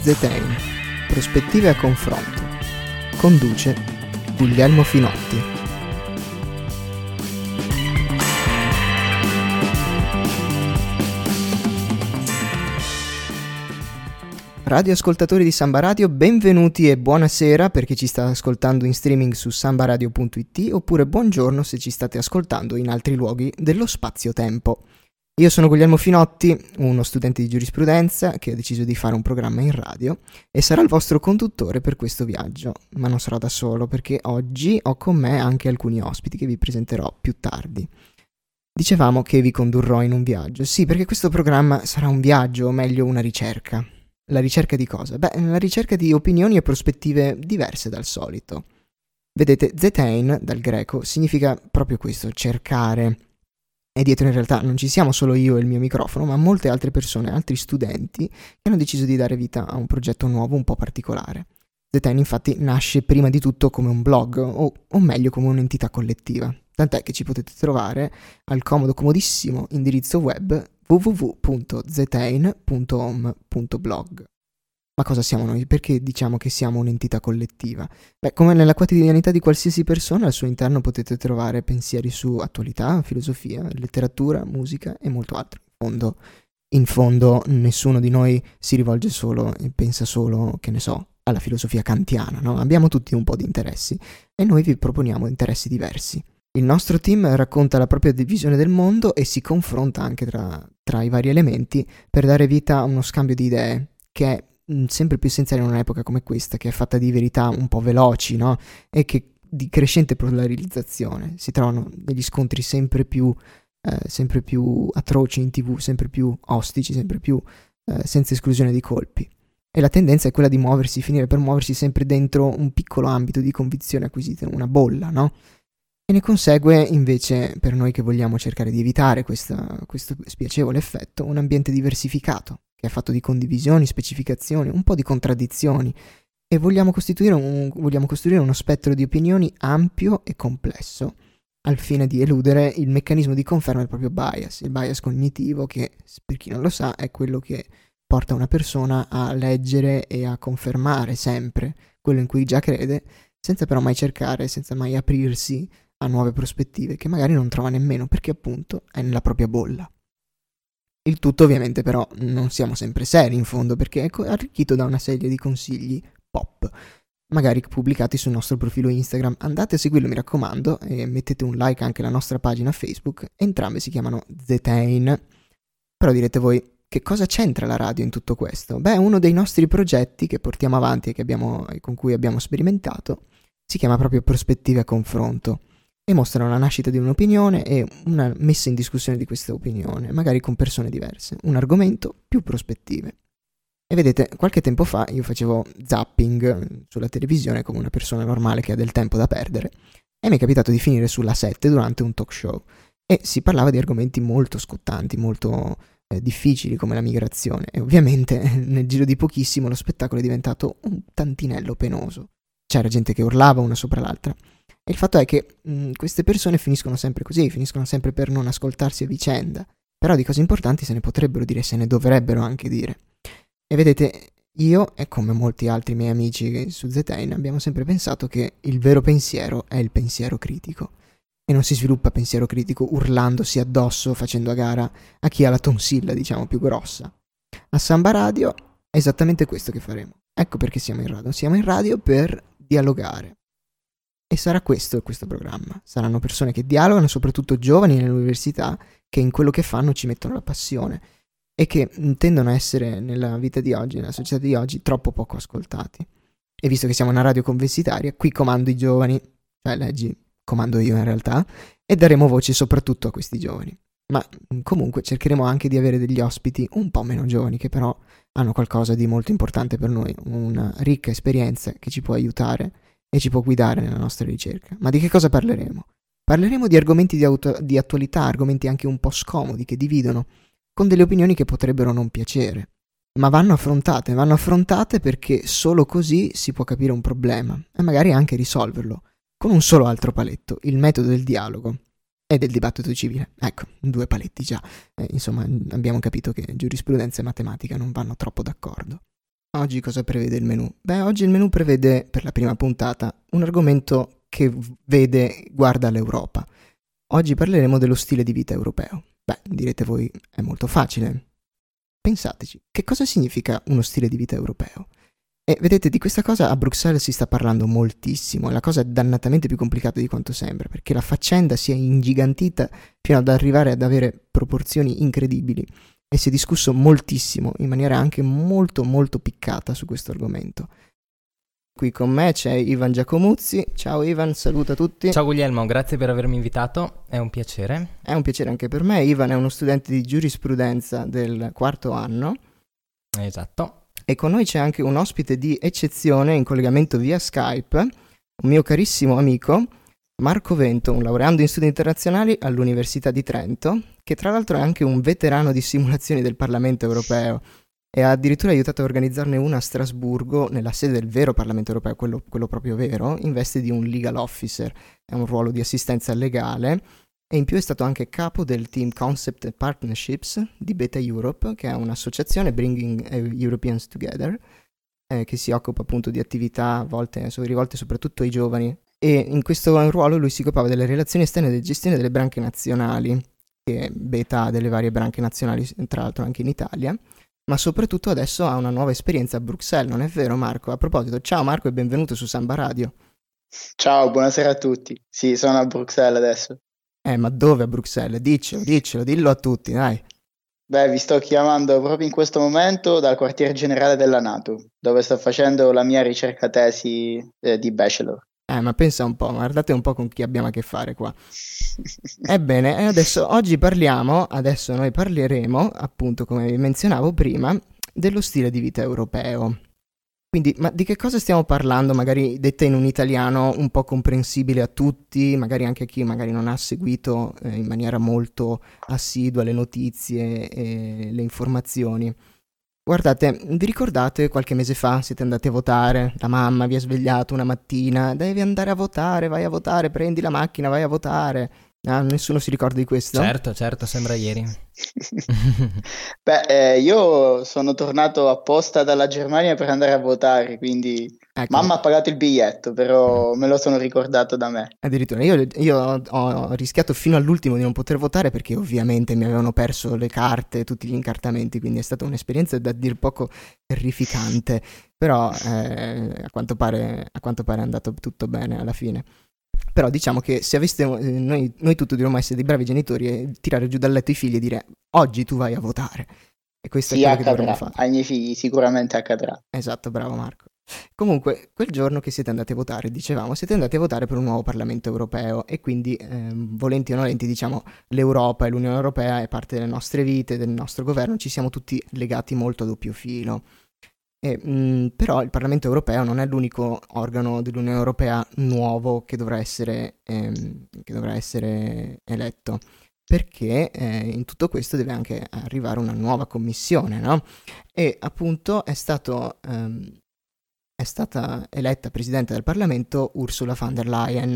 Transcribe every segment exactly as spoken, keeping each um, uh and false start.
Zetain, prospettive a confronto. Conduce Guglielmo Finotti. Radioascoltatori di Samba Radio, benvenuti e buonasera per chi ci sta ascoltando in streaming su sambaradio punto it oppure buongiorno se ci state ascoltando in altri luoghi dello spazio-tempo. Io sono Guglielmo Finotti, uno studente di giurisprudenza che ha deciso di fare un programma in radio e sarà il vostro conduttore per questo viaggio, ma non sarò da solo perché oggi ho con me anche alcuni ospiti che vi presenterò più tardi. Dicevamo che vi condurrò in un viaggio, sì, perché questo programma sarà un viaggio, o meglio una ricerca. La ricerca di cosa? Beh, la ricerca di opinioni e prospettive diverse dal solito. Vedete, Zetain, dal greco, significa proprio questo, cercare. E dietro in realtà non ci siamo solo io e il mio microfono, ma molte altre persone, altri studenti, che hanno deciso di dare vita a un progetto nuovo un po' particolare. Zetain infatti nasce prima di tutto come un blog, o, o meglio come un'entità collettiva. Tant'è che ci potete trovare al comodo, comodissimo indirizzo web w w w punto zetain punto home punto blog. Ma cosa siamo noi? Perché diciamo che siamo un'entità collettiva? Beh, come nella quotidianità di qualsiasi persona, al suo interno potete trovare pensieri su attualità, filosofia, letteratura, musica e molto altro. In fondo, in fondo nessuno di noi si rivolge solo e pensa solo, che ne so, alla filosofia kantiana, no? Abbiamo tutti un po' di interessi e noi vi proponiamo interessi diversi. Il nostro team racconta la propria visione del mondo e si confronta anche tra, tra i vari elementi per dare vita a uno scambio di idee che è sempre più essenziale in un'epoca come questa, che è fatta di verità un po' veloci, no? E che di crescente polarizzazione. Si trovano degli scontri sempre più, eh, sempre più atroci in tv, sempre più ostici, sempre più eh, senza esclusione di colpi. E la tendenza è quella di muoversi, finire per muoversi sempre dentro un piccolo ambito di convinzione acquisita, una bolla, no? E ne consegue invece, per noi che vogliamo cercare di evitare questa, questo spiacevole effetto, un ambiente diversificato, che è fatto di condivisioni, specificazioni, un po' di contraddizioni, e vogliamo costituire un, vogliamo costruire uno spettro di opinioni ampio e complesso, al fine di eludere il meccanismo di conferma del proprio bias, il bias cognitivo che, per chi non lo sa, è quello che porta una persona a leggere e a confermare sempre quello in cui già crede, senza però mai cercare, senza mai aprirsi a nuove prospettive che magari non trova nemmeno perché appunto è nella propria bolla. Il tutto ovviamente però non siamo sempre seri in fondo perché è arricchito da una serie di consigli pop, magari pubblicati sul nostro profilo Instagram. Andate a seguirlo, mi raccomando, e mettete un like anche alla nostra pagina Facebook. Entrambe si chiamano Zetain. Però direte voi, che cosa c'entra la radio in tutto questo? Beh, uno dei nostri progetti che portiamo avanti e, che abbiamo, e con cui abbiamo sperimentato si chiama proprio Prospettive a confronto e mostra la nascita di un'opinione e una messa in discussione di questa opinione, magari con persone diverse, un argomento più prospettive. E vedete, qualche tempo fa io facevo zapping sulla televisione come una persona normale che ha del tempo da perdere e mi è capitato di finire sulla sette durante un talk show e si parlava di argomenti molto scottanti, molto eh, difficili come la migrazione e ovviamente nel giro di pochissimo lo spettacolo è diventato un tantinello penoso. C'era gente che urlava una sopra l'altra. E il fatto è che mh, queste persone finiscono sempre così, finiscono sempre per non ascoltarsi a vicenda, però di cose importanti se ne potrebbero dire, se ne dovrebbero anche dire. E vedete, io e come molti altri miei amici su Zetain abbiamo sempre pensato che il vero pensiero è il pensiero critico. E non si sviluppa pensiero critico urlandosi addosso, facendo a gara a chi ha la tonsilla, diciamo, più grossa. A Samba Radio è esattamente questo che faremo. Ecco perché siamo in radio. Siamo in radio per dialogare. E sarà questo questo programma. Saranno persone che dialogano, soprattutto giovani nell'università, che in quello che fanno ci mettono la passione e che tendono a essere nella vita di oggi, nella società di oggi, troppo poco ascoltati. E visto che siamo una radio convensitaria, qui comando i giovani, cioè leggi, comando io in realtà, e daremo voce soprattutto a questi giovani. Ma comunque cercheremo anche di avere degli ospiti un po' meno giovani, che però hanno qualcosa di molto importante per noi, una ricca esperienza che ci può aiutare e ci può guidare nella nostra ricerca. Ma di che cosa parleremo? Parleremo di argomenti di, auto- di attualità, argomenti anche un po' scomodi, che dividono, con delle opinioni che potrebbero non piacere. Ma vanno affrontate, vanno affrontate perché solo così si può capire un problema e magari anche risolverlo, con un solo altro paletto, il metodo del dialogo e del dibattito civile. Ecco, due paletti già. Eh, insomma, abbiamo capito che giurisprudenza e matematica non vanno troppo d'accordo. Oggi cosa prevede il menù? Beh, oggi il menù prevede, per la prima puntata, un argomento che vede, guarda l'Europa. Oggi parleremo dello stile di vita europeo. Beh, direte voi, è molto facile. Pensateci, che cosa significa uno stile di vita europeo? E vedete, di questa cosa a Bruxelles si sta parlando moltissimo, e la cosa è dannatamente più complicata di quanto sembra, perché la faccenda si è ingigantita fino ad arrivare ad avere proporzioni incredibili. E si è discusso moltissimo, in maniera anche molto molto piccata su questo argomento. Qui con me c'è Ivan Giacomuzzi. Ciao Ivan, saluta tutti. Ciao Guglielmo, grazie per avermi invitato, è un piacere. È un piacere anche per me. Ivan è uno studente di giurisprudenza del quarto anno. Esatto. E con noi c'è anche un ospite di eccezione in collegamento via Skype, un mio carissimo amico, Marco Vento, un laureando in studi internazionali all'Università di Trento, che tra l'altro è anche un veterano di simulazioni del Parlamento europeo e ha addirittura aiutato a organizzarne una a Strasburgo, nella sede del vero Parlamento europeo, quello, quello proprio vero, in veste di un legal officer. È un ruolo di assistenza legale e in più è stato anche capo del team Concept and Partnerships di Beta Europe, che è un'associazione Bringing Europeans Together, eh, che si occupa appunto di attività volte, rivolte soprattutto ai giovani. E in questo ruolo lui si occupava delle relazioni esterne e della gestione delle branche nazionali, che Beta ha delle varie branche nazionali, tra l'altro anche in Italia, ma soprattutto adesso ha una nuova esperienza a Bruxelles, non è vero Marco? A proposito, ciao Marco e benvenuto su Samba Radio. Ciao, buonasera a tutti. Sì, sono a Bruxelles adesso. Eh, ma dove a Bruxelles? Diccelo, diccelo, dillo a tutti, dai. Beh, vi sto chiamando proprio in questo momento dal quartier generale della NATO, dove sto facendo la mia ricerca tesi eh, di bachelor. Eh, ma pensa un po', guardate un po' con chi abbiamo a che fare qua. Ebbene, adesso, oggi parliamo, adesso noi parleremo, appunto come vi menzionavo prima, dello stile di vita europeo. Quindi, ma di che cosa stiamo parlando? Magari detta in un italiano un po' comprensibile a tutti, magari anche a chi magari non ha seguito eh, in maniera molto assidua le notizie e le informazioni. Guardate, vi ricordate qualche mese fa siete andati a votare, la mamma vi ha svegliato una mattina, devi andare a votare, vai a votare, prendi la macchina, vai a votare. Ah, nessuno si ricorda di questo? Certo, certo, sembra ieri. Beh, eh, io sono tornato apposta dalla Germania per andare a votare, quindi Ecco. mamma ha pagato il biglietto, però me lo sono ricordato da me. Addirittura, io, io ho, ho rischiato fino all'ultimo di non poter votare perché ovviamente mi avevano perso le carte, tutti gli incartamenti, quindi è stata un'esperienza da dir poco terrificante, però eh, a quanto pare, a quanto pare è andato tutto bene alla fine. Però diciamo che se aveste, eh, noi, noi tutti dovremmo essere dei bravi genitori e tirare giù dal letto i figli e dire oggi tu vai a votare. E questo Sì, è quello che accadrà, dovremmo fare. ai miei figli sicuramente accadrà. Esatto, bravo Marco. Comunque, quel giorno che siete andati a votare, dicevamo, siete andati a votare per un nuovo Parlamento europeo e quindi, ehm, volenti o nolenti, diciamo, l'Europa e l'Unione Europea è parte delle nostre vite, del nostro governo, ci siamo tutti legati molto a doppio filo. E, mh, però il Parlamento europeo non è l'unico organo dell'Unione Europea nuovo che dovrà essere, ehm, che dovrà essere eletto, perché eh, in tutto questo deve anche arrivare una nuova commissione, no? E appunto è stato... ehm, è stata eletta presidente del Parlamento Ursula von der Leyen.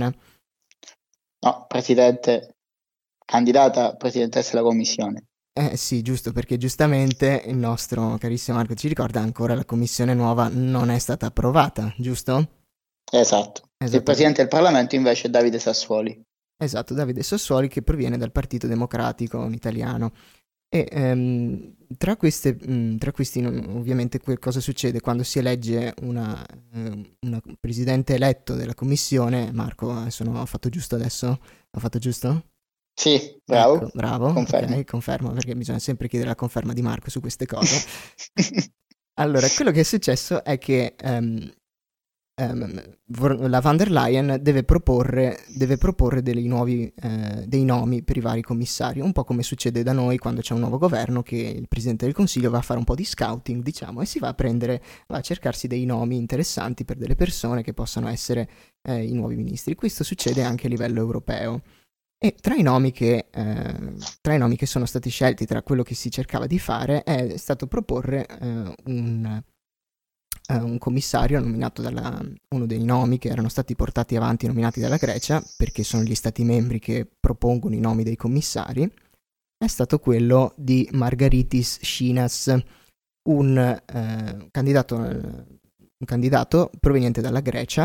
No, presidente, candidata presidentessa della commissione. Eh sì, giusto, perché giustamente il nostro carissimo Marco ci ricorda ancora la commissione nuova non è stata approvata, giusto? Esatto. Il presidente del Parlamento invece è Davide Sassuoli. Esatto, Davide Sassuoli, che proviene dal Partito Democratico italiano. E ehm, tra, queste, mh, tra questi ovviamente que- cosa succede quando si elegge una, eh, una presidente eletto della commissione? Marco, adesso no, ho fatto giusto adesso? Ho fatto giusto? Sì, bravo. Ecco, bravo, confermo. Ok, confermo, perché bisogna sempre chiedere la conferma di Marco su queste cose. Allora, quello che è successo è che ehm, ehm, la von der Leyen deve proporre, deve proporre dei nuovi eh, dei nomi per i vari commissari, un po' come succede da noi quando c'è un nuovo governo, che il Presidente del Consiglio va a fare un po' di scouting, diciamo, e si va a prendere, va a cercarsi dei nomi interessanti per delle persone che possano essere eh, i nuovi ministri. Questo succede anche a livello europeo. E tra i nomi che, eh, tra i nomi che sono stati scelti, tra quello che si cercava di fare, è stato proporre eh, un, eh, un commissario nominato dalla, uno dei nomi che erano stati portati avanti, nominati dalla Grecia, perché sono gli stati membri che propongono i nomi dei commissari, è stato quello di Margaritis Schinas, un, eh, candidato, un candidato proveniente dalla Grecia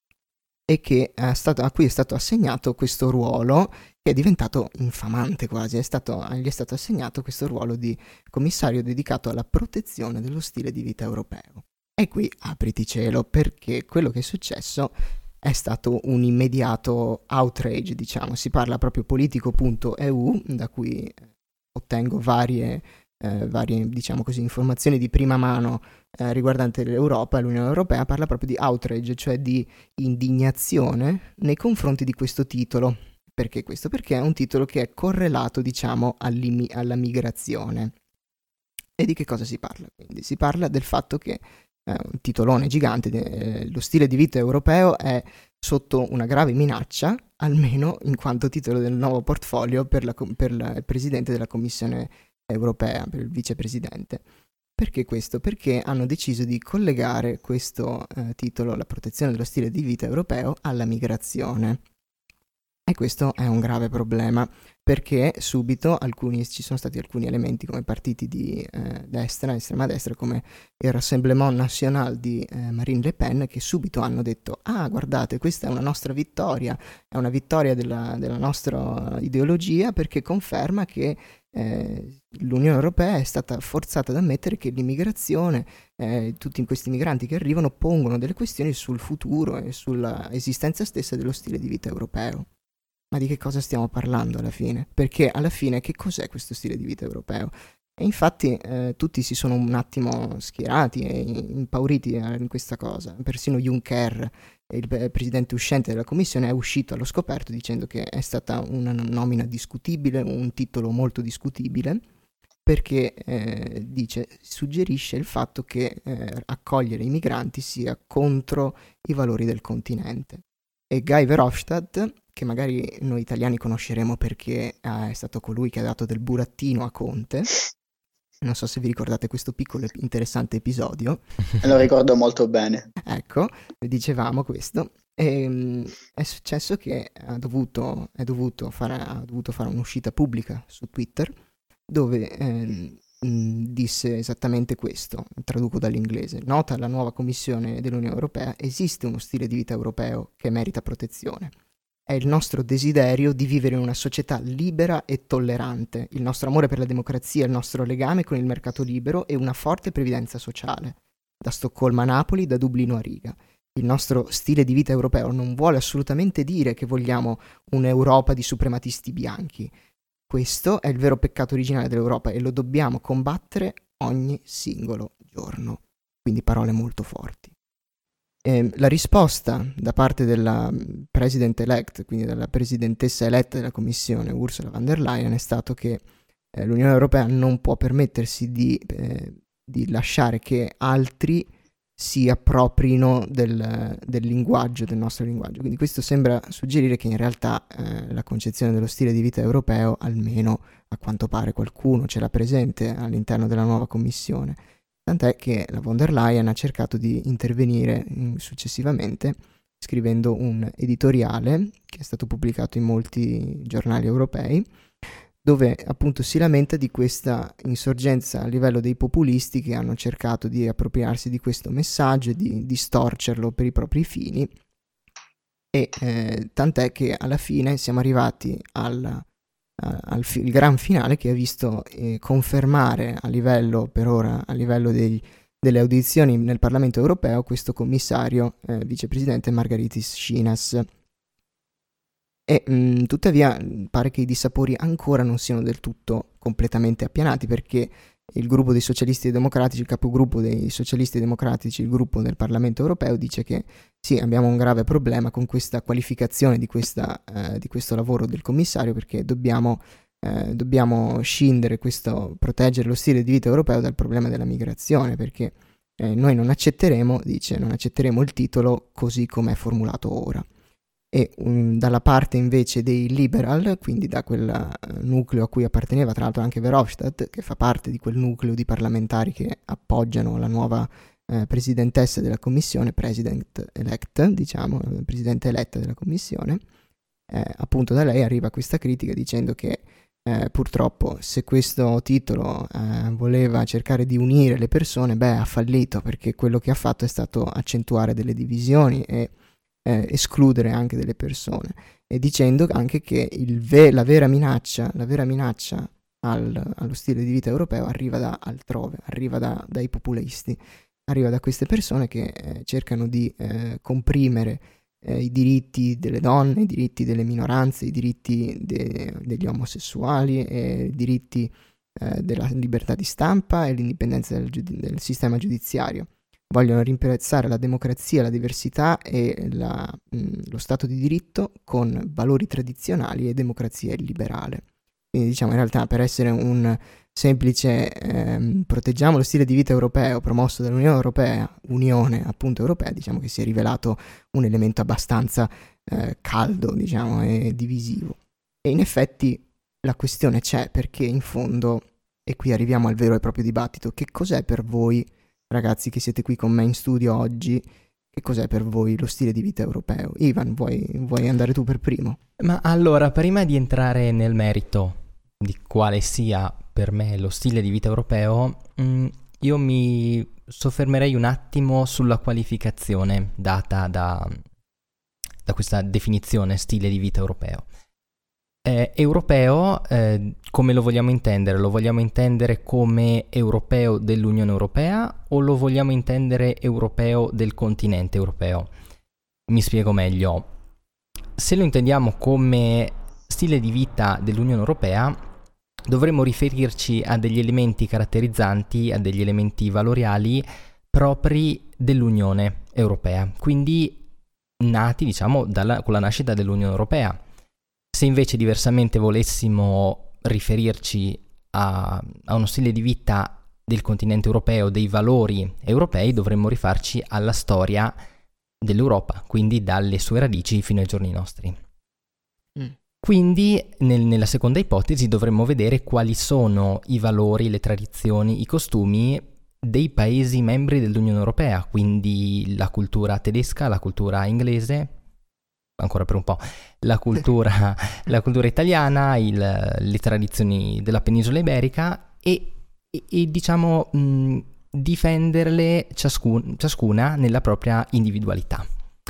e che è stato, a cui è stato assegnato questo ruolo che è diventato infamante quasi, è stato, gli è stato assegnato questo ruolo di commissario dedicato alla protezione dello stile di vita europeo. E qui apriti cielo, perché quello che è successo è stato un immediato outrage, diciamo. Si parla proprio politico punto e u, da cui ottengo varie, eh, varie diciamo così, informazioni di prima mano eh, riguardante l'Europa. L'Unione Europea parla proprio di outrage, cioè di indignazione nei confronti di questo titolo. Perché questo? Perché è un titolo che è correlato, diciamo, alla migrazione. E di che cosa si parla? Quindi si parla del fatto che eh, un titolone gigante, eh, lo stile di vita europeo è sotto una grave minaccia, almeno in quanto titolo del nuovo portfolio per, la, per la, il presidente della Commissione Europea, per il vicepresidente. Perché questo? Perché hanno deciso di collegare questo eh, titolo, la protezione dello stile di vita europeo, alla migrazione. E questo è un grave problema, perché subito alcuni, ci sono stati alcuni elementi come partiti di eh, destra, estrema destra, come il Rassemblement National di eh, Marine Le Pen, che subito hanno detto: ah, guardate, questa è una nostra vittoria, è una vittoria della, della nostra ideologia, perché conferma che eh, l'Unione Europea è stata forzata ad ammettere che l'immigrazione, eh, tutti questi migranti che arrivano, pongono delle questioni sul futuro e sulla esistenza stessa dello stile di vita europeo. Ma di che cosa stiamo parlando alla fine? Perché alla fine che cos'è questo stile di vita europeo? E infatti eh, tutti si sono un attimo schierati e impauriti in questa cosa. Persino Juncker, il presidente uscente della commissione, è uscito allo scoperto dicendo che è stata una nomina discutibile, un titolo molto discutibile, perché eh, dice, suggerisce il fatto che eh, accogliere i migranti sia contro i valori del continente. E Guy Verhofstadt, che magari noi italiani conosceremo perché eh, è stato colui che ha dato del burattino a Conte, non so se vi ricordate questo piccolo interessante episodio. Lo ricordo molto bene. Ecco, dicevamo questo. E, è successo che ha dovuto, è dovuto fare, ha dovuto fare un'uscita pubblica su Twitter dove eh, disse esattamente questo, traduco dall'inglese: nota la nuova Commissione dell'Unione Europea, esiste uno stile di vita europeo che merita protezione. È il nostro desiderio di vivere in una società libera e tollerante, il nostro amore per la democrazia, il nostro legame con il mercato libero e una forte previdenza sociale. Da Stoccolma a Napoli, da Dublino a Riga. Il nostro stile di vita europeo non vuole assolutamente dire che vogliamo un'Europa di suprematisti bianchi. Questo è il vero peccato originale dell'Europa e lo dobbiamo combattere ogni singolo giorno. Quindi parole molto forti. Eh, la risposta da parte della President-elect, quindi della presidentessa eletta della Commissione, Ursula von der Leyen, è stato che eh, l'Unione Europea non può permettersi di, eh, di lasciare che altri si approprino del, del linguaggio, del nostro linguaggio. Quindi questo sembra suggerire che in realtà eh, la concezione dello stile di vita europeo, almeno a quanto pare qualcuno ce l'ha presente all'interno della nuova Commissione. Tant'è che la von der Leyen ha cercato di intervenire in, successivamente scrivendo un editoriale che è stato pubblicato in molti giornali europei, dove appunto si lamenta di questa insorgenza a livello dei populisti che hanno cercato di appropriarsi di questo messaggio e di distorcerlo per i propri fini, e eh, tant'è che alla fine siamo arrivati al al fi- il gran finale che ha visto eh, confermare a livello, per ora, a livello dei, delle audizioni nel Parlamento europeo, questo commissario eh, vicepresidente Margaritis Schinas. E mh, tuttavia pare che i dissapori ancora non siano del tutto completamente appianati, perché il gruppo dei socialisti e democratici, il capogruppo dei socialisti e democratici, il gruppo del Parlamento europeo, dice che sì, abbiamo un grave problema con questa qualificazione di, questa, eh, di questo lavoro del commissario, perché dobbiamo, eh, dobbiamo scindere questo, proteggere lo stile di vita europeo dal problema della migrazione, perché eh, noi non accetteremo, dice, non accetteremo il titolo così come è formulato ora. E um, dalla parte invece dei liberal, quindi da quel uh, nucleo a cui apparteneva tra l'altro anche Verhofstadt, che fa parte di quel nucleo di parlamentari che appoggiano la nuova uh, presidentessa della commissione, president elect, diciamo, presidente eletta della commissione, eh, appunto da lei arriva questa critica dicendo che eh, purtroppo se questo titolo eh, voleva cercare di unire le persone, beh, ha fallito, perché quello che ha fatto è stato accentuare delle divisioni e eh, escludere anche delle persone, e dicendo anche che il ve- la vera minaccia, la vera minaccia al, allo stile di vita europeo arriva da altrove, arriva da, dai populisti, arriva da queste persone che eh, cercano di eh, comprimere eh, i diritti delle donne, i diritti delle minoranze, i diritti de- degli omosessuali, e i diritti eh, della libertà di stampa e l'indipendenza del, giudi- del sistema giudiziario. Vogliono rimpiazzare la democrazia, la diversità e la, mh, lo Stato di diritto con valori tradizionali e democrazia illiberale. Quindi diciamo, in realtà, per essere un semplice ehm, proteggiamo lo stile di vita europeo promosso dall'Unione Europea, Unione appunto Europea, diciamo che si è rivelato un elemento abbastanza eh, caldo, diciamo, e divisivo. E in effetti la questione c'è, perché in fondo, e qui arriviamo al vero e proprio dibattito, che cos'è per voi, ragazzi che siete qui con me in studio oggi, che cos'è per voi lo stile di vita europeo? Ivan, vuoi, vuoi andare tu per primo? Ma allora, prima di entrare nel merito di quale sia per me lo stile di vita europeo, mh, io mi soffermerei un attimo sulla qualificazione data da, da questa definizione stile di vita europeo. Eh, europeo, eh, come lo vogliamo intendere? Lo vogliamo intendere come europeo dell'Unione Europea o lo vogliamo intendere europeo del continente europeo? Mi spiego meglio. Se lo intendiamo come stile di vita dell'Unione Europea, dovremmo riferirci a degli elementi caratterizzanti, a degli elementi valoriali propri dell'Unione Europea, quindi nati, diciamo, dalla, con la nascita dell'Unione Europea. Se invece diversamente volessimo riferirci a, a uno stile di vita del continente europeo, dei valori europei, dovremmo rifarci alla storia dell'Europa, quindi dalle sue radici fino ai giorni nostri. Mm. Quindi nel, nella seconda ipotesi dovremmo vedere quali sono i valori, le tradizioni, i costumi dei paesi membri dell'Unione Europea, quindi la cultura tedesca, la cultura inglese, ancora per un po', la cultura, la cultura italiana, il, le tradizioni della penisola iberica e, e, e diciamo mh, difenderle ciascun, ciascuna nella propria individualità.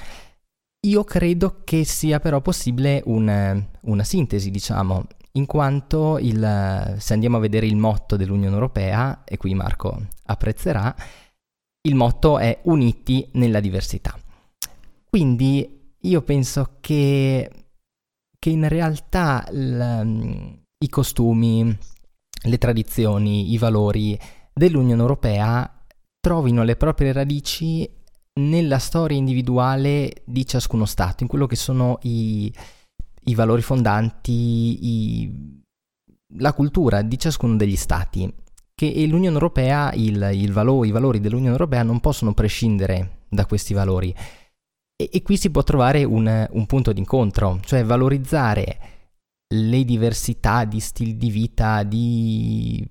Io credo che sia però possibile un, una sintesi, diciamo, in quanto il, se andiamo a vedere il motto dell'Unione Europea, e qui Marco apprezzerà, il motto è uniti nella diversità. Quindi io penso che, che in realtà l, i costumi, le tradizioni, i valori dell'Unione Europea trovino le proprie radici nella storia individuale di ciascuno Stato, in quello che sono i, i valori fondanti, i, la cultura di ciascuno degli Stati, che l'Unione Europea, il, il valo, i valori dell'Unione Europea non possono prescindere da questi valori. E, e qui si può trovare un, un punto d'incontro, cioè valorizzare le diversità di stili di vita, di,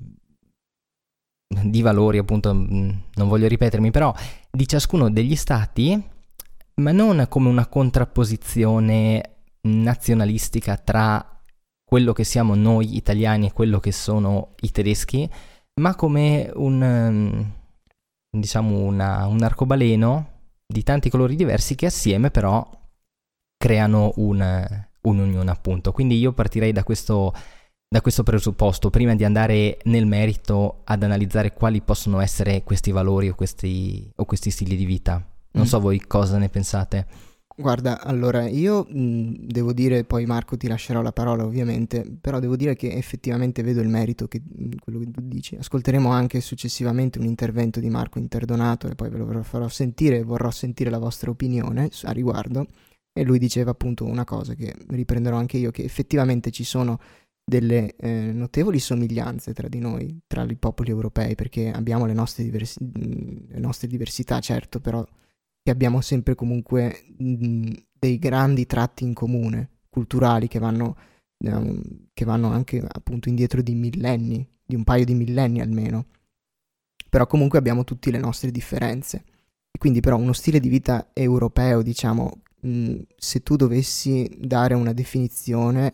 di valori, appunto, non voglio ripetermi, però di ciascuno degli stati, ma non come una contrapposizione nazionalistica tra quello che siamo noi italiani e quello che sono i tedeschi, ma come un, diciamo, una, un arcobaleno di tanti colori diversi che assieme però creano un, un'unione, appunto. Quindi io partirei da questo, da questo presupposto prima di andare nel merito ad analizzare quali possono essere questi valori o questi, o questi stili di vita. Non mm. so voi cosa ne pensate. Guarda, allora io mh, devo dire, poi Marco ti lascerò la parola ovviamente, però devo dire che effettivamente vedo il merito che quello che tu dici. Ascolteremo anche successivamente un intervento di Marco Interdonato e poi ve lo farò sentire e vorrò sentire la vostra opinione a riguardo, e lui diceva appunto una cosa che riprenderò anche io, che effettivamente ci sono delle eh, notevoli somiglianze tra di noi, tra i popoli europei, perché abbiamo le nostre, diversi- le nostre diversità, certo, però che abbiamo sempre comunque mh, dei grandi tratti in comune, culturali, che vanno, um, che vanno anche appunto indietro di millenni, di un paio di millenni almeno. Però comunque abbiamo tutte le nostre differenze. E quindi però uno stile di vita europeo, diciamo, mh, se tu dovessi dare una definizione,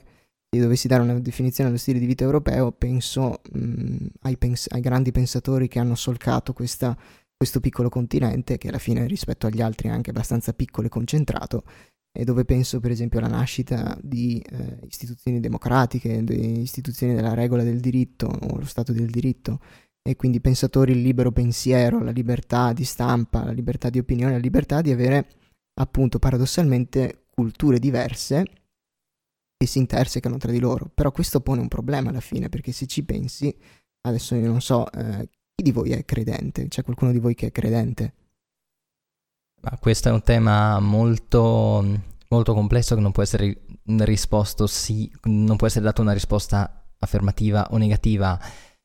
se dovessi dare una definizione allo stile di vita europeo, penso mh, ai, pens- ai grandi pensatori che hanno solcato questa, questo piccolo continente, che alla fine rispetto agli altri è anche abbastanza piccolo e concentrato, e dove penso per esempio alla nascita di eh, istituzioni democratiche, di istituzioni della regola del diritto o lo Stato del diritto, e quindi pensatori il libero pensiero, la libertà di stampa, la libertà di opinione, la libertà di avere appunto paradossalmente culture diverse che si intersecano tra di loro. Però questo pone un problema alla fine, perché se ci pensi, adesso io non so, eh, chi di voi è credente? C'è qualcuno di voi che è credente? Ma questo è un tema molto, molto complesso che non può essere risposto sì, non può essere data una risposta affermativa o negativa.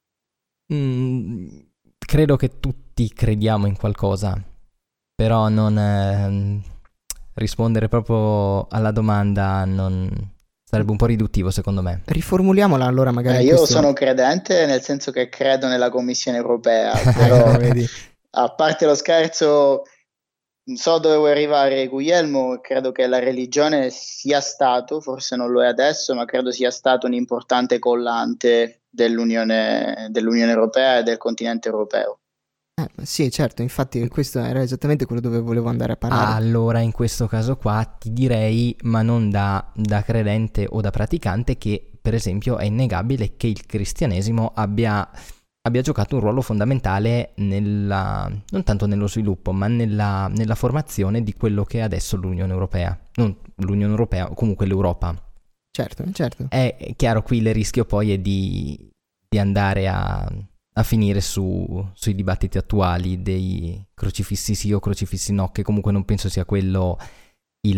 Mm, credo che tutti crediamo in qualcosa, però non eh, rispondere proprio alla domanda non sarebbe un po' riduttivo secondo me. Riformuliamola allora magari. Eh, in io questo... sono credente nel senso che credo nella Commissione europea, però Vedi? a parte lo scherzo, so dove vuoi arrivare, Guglielmo. Credo che la religione sia stato, forse non lo è adesso, ma credo sia stato un importante collante dell'Unione, dell'Unione Europea e del continente europeo. Eh, sì, certo, infatti questo era esattamente quello dove volevo andare a parare. Allora in questo caso qua ti direi, ma non da, da credente o da praticante, che per esempio è innegabile che il cristianesimo abbia, abbia giocato un ruolo fondamentale nella, non tanto nello sviluppo, ma nella, nella formazione di quello che è adesso l'Unione Europea. Non l'Unione Europea, o comunque l'Europa. Certo, certo. È chiaro, qui il rischio poi è di, di andare a... a finire su, sui dibattiti attuali dei crocifissi sì o crocifissi no, che comunque non penso sia quello il,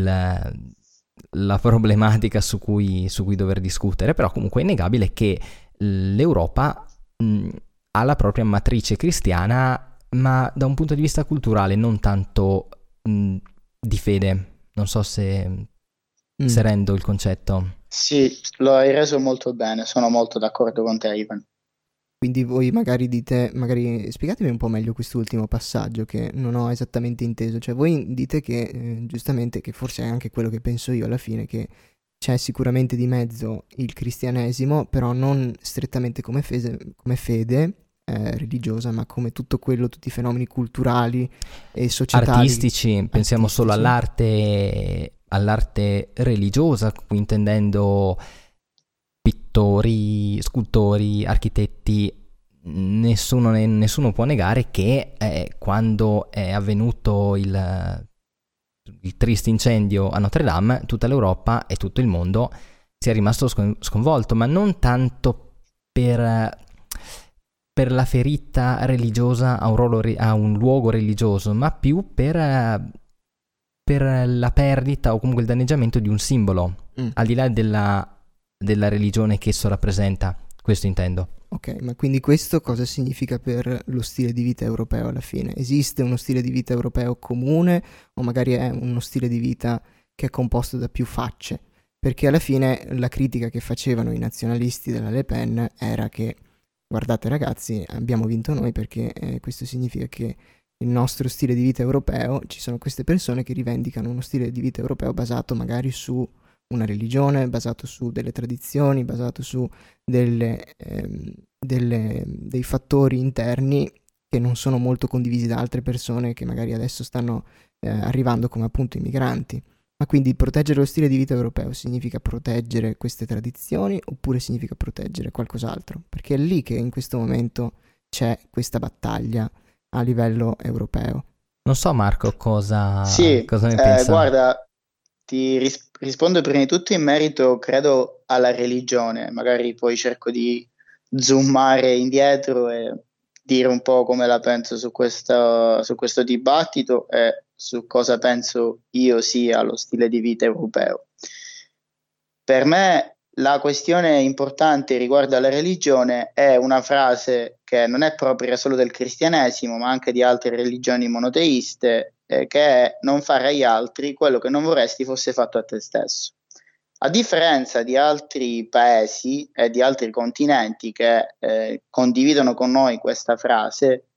la problematica su cui, su cui dover discutere, però comunque è innegabile che l'Europa mh, ha la propria matrice cristiana, ma da un punto di vista culturale, non tanto mh, di fede. Non so se, Mm. se rendo il concetto. Sì, lo hai reso molto bene, sono molto d'accordo con te, Ivan. Quindi voi magari dite, magari spiegatemi un po' meglio quest'ultimo passaggio che non ho esattamente inteso. Cioè voi dite che, eh, giustamente, che forse è anche quello che penso io alla fine, che c'è sicuramente di mezzo il cristianesimo, però non strettamente come fede, come fede eh, religiosa, ma come tutto quello, tutti i fenomeni culturali e societali. Artistici, pensiamo solo artistici. all'arte, all'arte religiosa, qui intendendo pittori, scultori, architetti. Nessuno, ne- nessuno può negare che eh, quando è avvenuto il, il triste incendio a Notre Dame, tutta l'Europa e tutto il mondo sia rimasto scon- sconvolto, ma non tanto per, per la ferita religiosa a un, ruolo re- a un luogo religioso, ma più per, eh, per la perdita o comunque il danneggiamento di un simbolo, Mm. al di là della della religione che esso rappresenta, questo intendo. Ok, ma quindi questo cosa significa per lo stile di vita europeo alla fine? Esiste uno stile di vita europeo comune o magari è uno stile di vita che è composto da più facce? Perché alla fine la critica che facevano i nazionalisti della Le Pen era che, guardate ragazzi, abbiamo vinto noi perché eh, questo significa che il nostro stile di vita europeo, ci sono queste persone che rivendicano uno stile di vita europeo basato magari su una religione, basato su delle tradizioni, basato su delle, ehm, delle, dei fattori interni che non sono molto condivisi da altre persone che magari adesso stanno eh, arrivando come appunto i migranti. Ma quindi proteggere lo stile di vita europeo significa proteggere queste tradizioni oppure significa proteggere qualcos'altro? Perché è lì che in questo momento c'è questa battaglia a livello europeo. Non so Marco cosa, Sì, cosa ne eh, pensa. guarda, ti ris- rispondo prima di tutto in merito, credo, alla religione. Magari poi cerco di zoomare indietro e dire un po' come la penso su questa- su questo dibattito e su cosa penso io sia lo stile di vita europeo. Per me la questione importante riguardo alla religione è una frase che non è propria solo del cristianesimo, ma anche di altre religioni monoteiste, eh, che è: non fare agli altri quello che non vorresti fosse fatto a te stesso. A differenza di altri paesi e di altri continenti che eh, condividono con noi questa frase,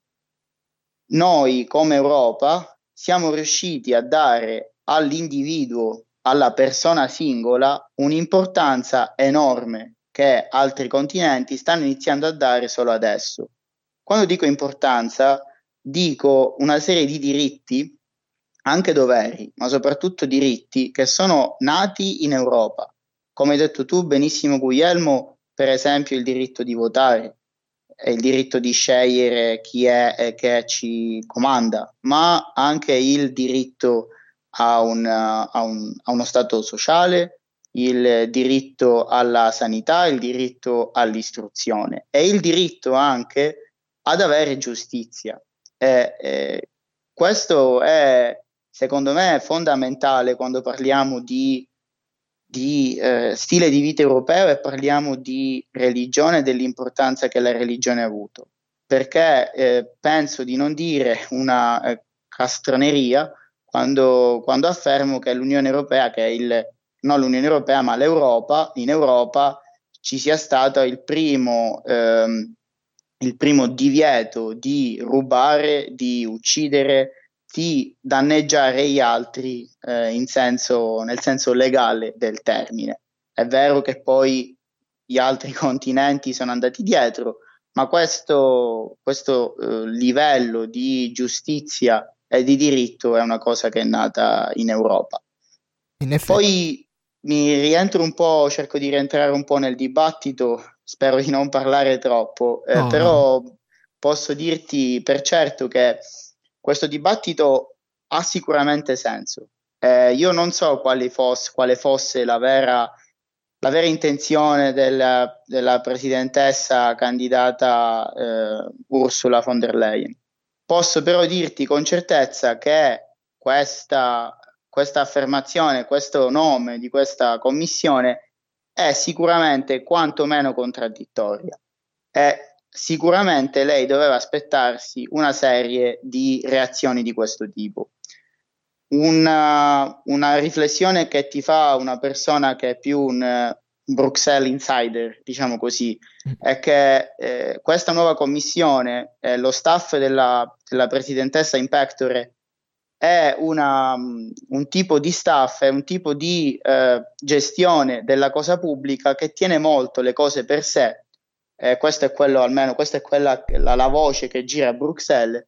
noi come Europa siamo riusciti a dare all'individuo alla persona singola un'importanza enorme che altri continenti stanno iniziando a dare solo adesso. Quando dico importanza, dico una serie di diritti, anche doveri, ma soprattutto diritti che sono nati in Europa. Come hai detto tu benissimo, Guglielmo, per esempio il diritto di votare, è il diritto di scegliere chi è e che ci comanda, ma anche il diritto a, un, a, un, a uno stato sociale, il diritto alla sanità, il diritto all'istruzione e il diritto anche ad avere giustizia. E, e questo è, secondo me, fondamentale quando parliamo di di eh, stile di vita europeo e parliamo di religione e dell'importanza che la religione ha avuto, perché eh, penso di non dire una eh, castroneria quando, quando affermo che l'Unione Europea, che è il, non l'Unione Europea ma l'Europa, in Europa ci sia stato il primo, ehm, il primo divieto di rubare, di uccidere, di danneggiare gli altri eh, in senso, nel senso legale del termine. È vero che poi gli altri continenti sono andati dietro, ma questo, questo eh, livello di giustizia e di diritto è una cosa che è nata in Europa. In effetti. Poi mi rientro un po', cerco di rientrare un po' nel dibattito, spero di non parlare troppo, eh, No, però no. posso dirti per certo che questo dibattito ha sicuramente senso. Eh, io non so quale fosse, quale fosse la vera, la vera intenzione della, della presidentessa candidata eh, Ursula von der Leyen. Posso però dirti con certezza che questa, questa affermazione, questo nome di questa commissione è sicuramente quantomeno contraddittoria. È sicuramente lei doveva aspettarsi una serie di reazioni di questo tipo. Una, una riflessione che ti fa una persona che è più un uh, Bruxelles insider, diciamo così, è che eh, questa nuova commissione, eh, lo staff della, della presidentessa in pectore, è una, um, un tipo di staff, è un tipo di uh, gestione della cosa pubblica che tiene molto le cose per sé. Eh, questo è quello, almeno questa è quella la, la voce che gira a Bruxelles.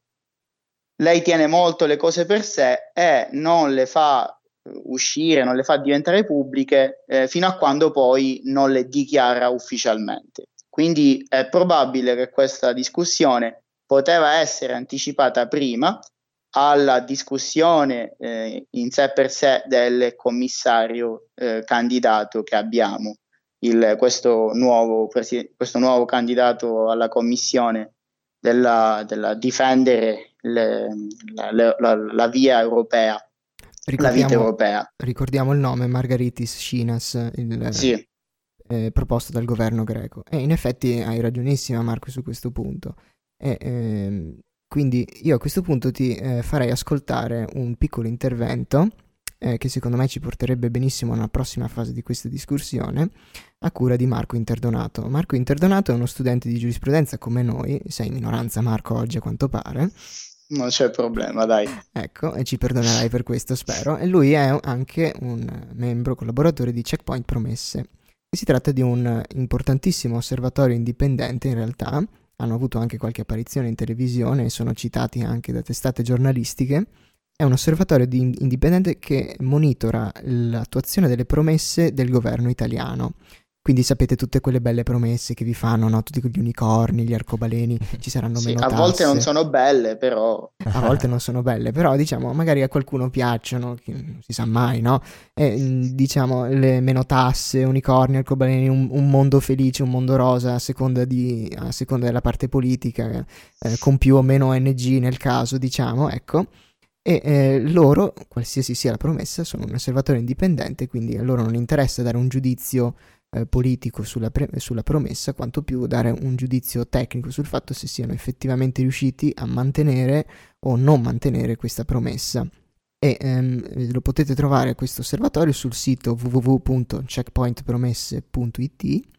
Lei tiene molto le cose per sé e non le fa uscire, non le fa diventare pubbliche eh, fino a quando poi non le dichiara ufficialmente. Quindi è probabile che questa discussione poteva essere anticipata prima alla discussione eh, in sé per sé del commissario eh, candidato che abbiamo. Il, questo, nuovo presi- questo nuovo candidato alla commissione della, della difendere le, la, la, la via europea, la vita europea. Ricordiamo il nome, Margaritis Schinas, il, sì. eh, proposto dal governo greco. E in effetti hai ragionissima, Marco, su questo punto. E, ehm, quindi io a questo punto ti eh, farei ascoltare un piccolo intervento Eh, che secondo me ci porterebbe benissimo alla prossima fase di questa discussione, a cura di Marco Interdonato. Marco Interdonato è uno studente di giurisprudenza come noi, sei in minoranza, Marco, oggi a quanto pare. Non c'è problema, dai. Ecco, e ci perdonerai per questo, spero. E lui è anche un membro collaboratore di Checkpoint Promesse. Si tratta di un importantissimo osservatorio indipendente, in realtà. Hanno avuto anche qualche apparizione in televisione e sono citati anche da testate giornalistiche. È un osservatorio di indipendente che monitora l'attuazione delle promesse del governo italiano. Quindi sapete tutte quelle belle promesse che vi fanno, no? Tutti quegli unicorni, gli arcobaleni, ci saranno sì, meno tasse. A volte non sono belle, però... A volte non sono belle, però diciamo, magari a qualcuno piacciono, non si sa mai, no? E, diciamo, le meno tasse, unicorni, arcobaleni, un, un mondo felice, un mondo rosa, a seconda, di, a seconda della parte politica, eh, con più o meno O N G nel caso, diciamo, ecco. E eh, loro, qualsiasi sia la promessa, sono un osservatorio indipendente, quindi a loro non interessa dare un giudizio eh, politico sulla, pre- sulla promessa, quanto più dare un giudizio tecnico sul fatto se siano effettivamente riusciti a mantenere o non mantenere questa promessa. E ehm, lo potete trovare questo osservatorio sul sito w w w punto checkpoint promesse punto i t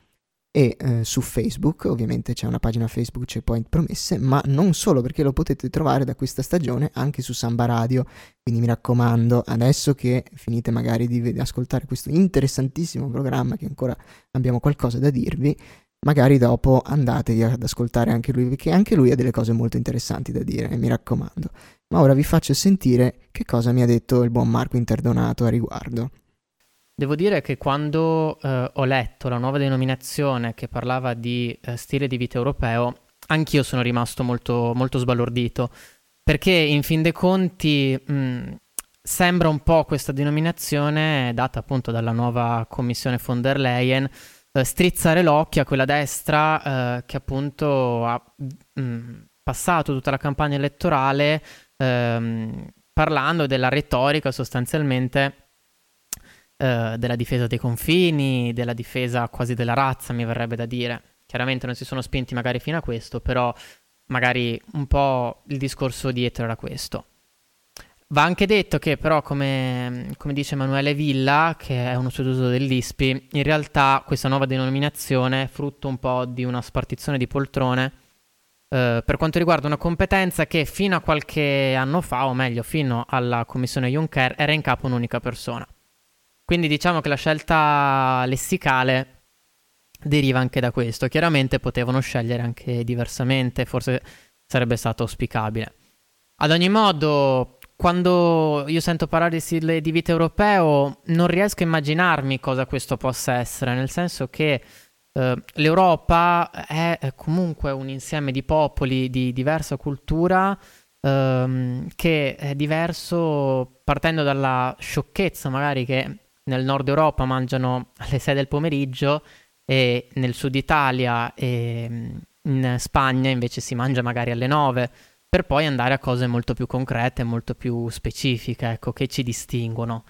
e eh, su Facebook, ovviamente c'è una pagina Facebook Checkpoint Promesse, ma non solo, perché lo potete trovare da questa stagione anche su Samba Radio. Quindi mi raccomando, adesso che finite magari di ved- ascoltare questo interessantissimo programma, che ancora abbiamo qualcosa da dirvi, magari dopo andatevi ad ascoltare anche lui, perché anche lui ha delle cose molto interessanti da dire, mi raccomando. Ma ora vi faccio sentire che cosa mi ha detto il buon Marco Interdonato a riguardo. Devo dire che quando eh, ho letto la nuova denominazione che parlava di eh, stile di vita europeo, anch'io sono rimasto molto, molto sbalordito, perché in fin dei conti mh, sembra un po' questa denominazione, data appunto dalla nuova commissione von der Leyen, eh, strizzare l'occhio a quella destra eh, che appunto ha mh, passato tutta la campagna elettorale ehm, parlando della retorica sostanzialmente Uh, della difesa dei confini, della difesa quasi della razza, mi verrebbe da dire. Chiaramente non si sono spinti magari fino a questo, però magari un po' il discorso dietro era questo. Va anche detto che però, come, come dice Emanuele Villa, che è uno studioso dell'I S P I, in realtà questa nuova denominazione è frutto un po' di una spartizione di poltrone uh, per quanto riguarda una competenza che fino a qualche anno fa, o meglio fino alla commissione Juncker, era in capo un'unica persona. Quindi diciamo che la scelta lessicale deriva anche da questo. Chiaramente potevano scegliere anche diversamente, forse sarebbe stato auspicabile. Ad ogni modo, quando io sento parlare di stile di vita europeo, non riesco a immaginarmi cosa questo possa essere, nel senso che eh, l'Europa è comunque un insieme di popoli di diversa cultura, ehm, che è diverso partendo dalla sciocchezza magari che nel nord Europa mangiano alle sei del pomeriggio e nel sud Italia e in Spagna invece si mangia magari alle nove, per poi andare a cose molto più concrete, molto più specifiche, ecco, che ci distinguono.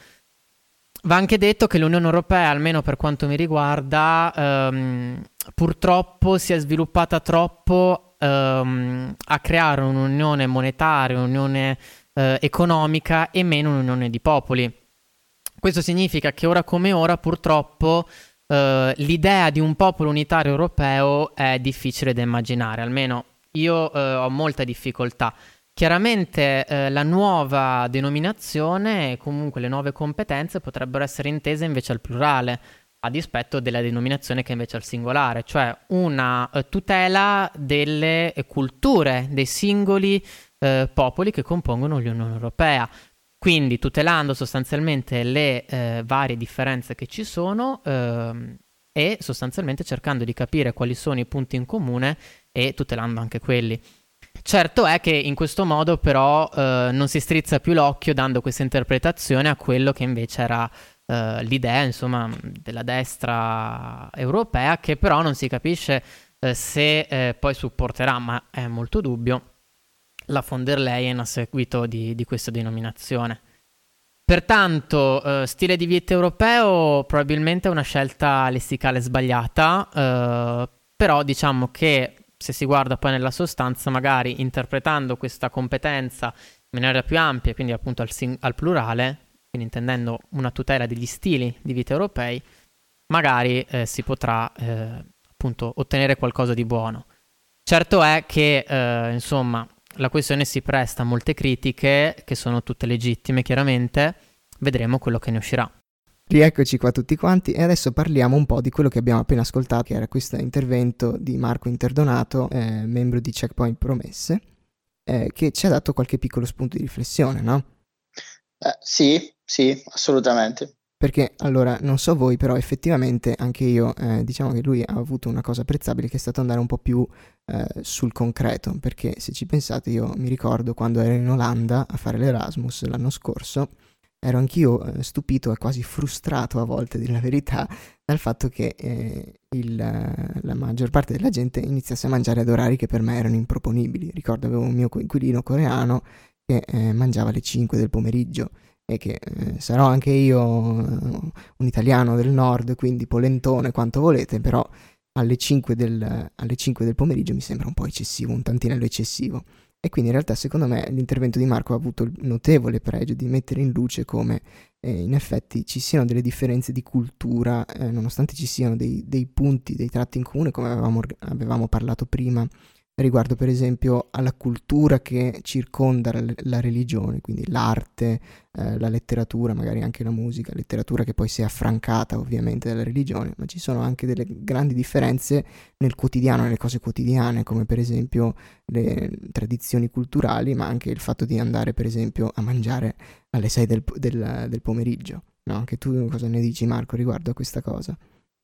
Va anche detto che l'Unione Europea, almeno per quanto mi riguarda, ehm, purtroppo si è sviluppata troppo ehm, a creare un'unione monetaria, un'unione eh, economica e meno un'unione di popoli. Questo significa che ora come ora purtroppo eh, l'idea di un popolo unitario europeo è difficile da immaginare, almeno io eh, ho molta difficoltà. Chiaramente eh, la nuova denominazione e comunque le nuove competenze potrebbero essere intese invece al plurale, a dispetto della denominazione che invece è al singolare, cioè una eh, tutela delle culture, dei singoli eh, popoli che compongono l'Unione Europea. Quindi tutelando sostanzialmente le eh, varie differenze che ci sono ehm, e sostanzialmente cercando di capire quali sono i punti in comune e tutelando anche quelli. Certo è che in questo modo però eh, non si strizza più l'occhio dando questa interpretazione a quello che invece era eh, l'idea, insomma, della destra europea, che però non si capisce eh, se eh, poi supporterà, ma è molto dubbio, la von der Leyen a seguito di, di questa denominazione. Pertanto, eh, stile di vita europeo probabilmente è una scelta lessicale sbagliata, eh, però diciamo che se si guarda poi nella sostanza, magari interpretando questa competenza in maniera più ampia, quindi appunto al, sing- al plurale, quindi intendendo una tutela degli stili di vita europei, magari eh, si potrà eh, appunto ottenere qualcosa di buono. Certo è che, eh, insomma, la questione si presta a molte critiche, che sono tutte legittime chiaramente, vedremo quello che ne uscirà. Rieccoci qua tutti quanti e adesso parliamo un po' di quello che abbiamo appena ascoltato, che era questo intervento di Marco Interdonato, eh, membro di Checkpoint Promesse, eh, che ci ha dato qualche piccolo spunto di riflessione, no? Eh, sì, sì, assolutamente. Perché, allora, non so voi, però effettivamente anche io, eh, diciamo che lui ha avuto una cosa apprezzabile che è stato andare un po' più eh, sul concreto, perché se ci pensate io mi ricordo quando ero in Olanda a fare l'Erasmus l'anno scorso, ero anch'io eh, stupito e quasi frustrato a volte, della verità, dal fatto che eh, il, la maggior parte della gente iniziasse a mangiare ad orari che per me erano improponibili. Ricordo avevo un mio coinquilino coreano che eh, mangiava alle cinque del pomeriggio, e che eh, sarò anche io uh, un italiano del nord, quindi polentone quanto volete, però alle cinque del, alle cinque del pomeriggio mi sembra un po' eccessivo, un tantinello eccessivo. E quindi in realtà secondo me l'intervento di Marco ha avuto il notevole pregio di mettere in luce come eh, in effetti ci siano delle differenze di cultura, eh, nonostante ci siano dei, dei punti, dei tratti in comune, come avevamo, avevamo parlato prima, riguardo per esempio alla cultura che circonda la, la religione, quindi l'arte, eh, la letteratura, magari anche la musica, letteratura che poi si è affrancata ovviamente dalla religione, ma ci sono anche delle grandi differenze nel quotidiano, nelle cose quotidiane, come per esempio le tradizioni culturali, ma anche il fatto di andare per esempio a mangiare alle sei del, del, del pomeriggio. No? Anche tu cosa ne dici, Marco, riguardo a questa cosa?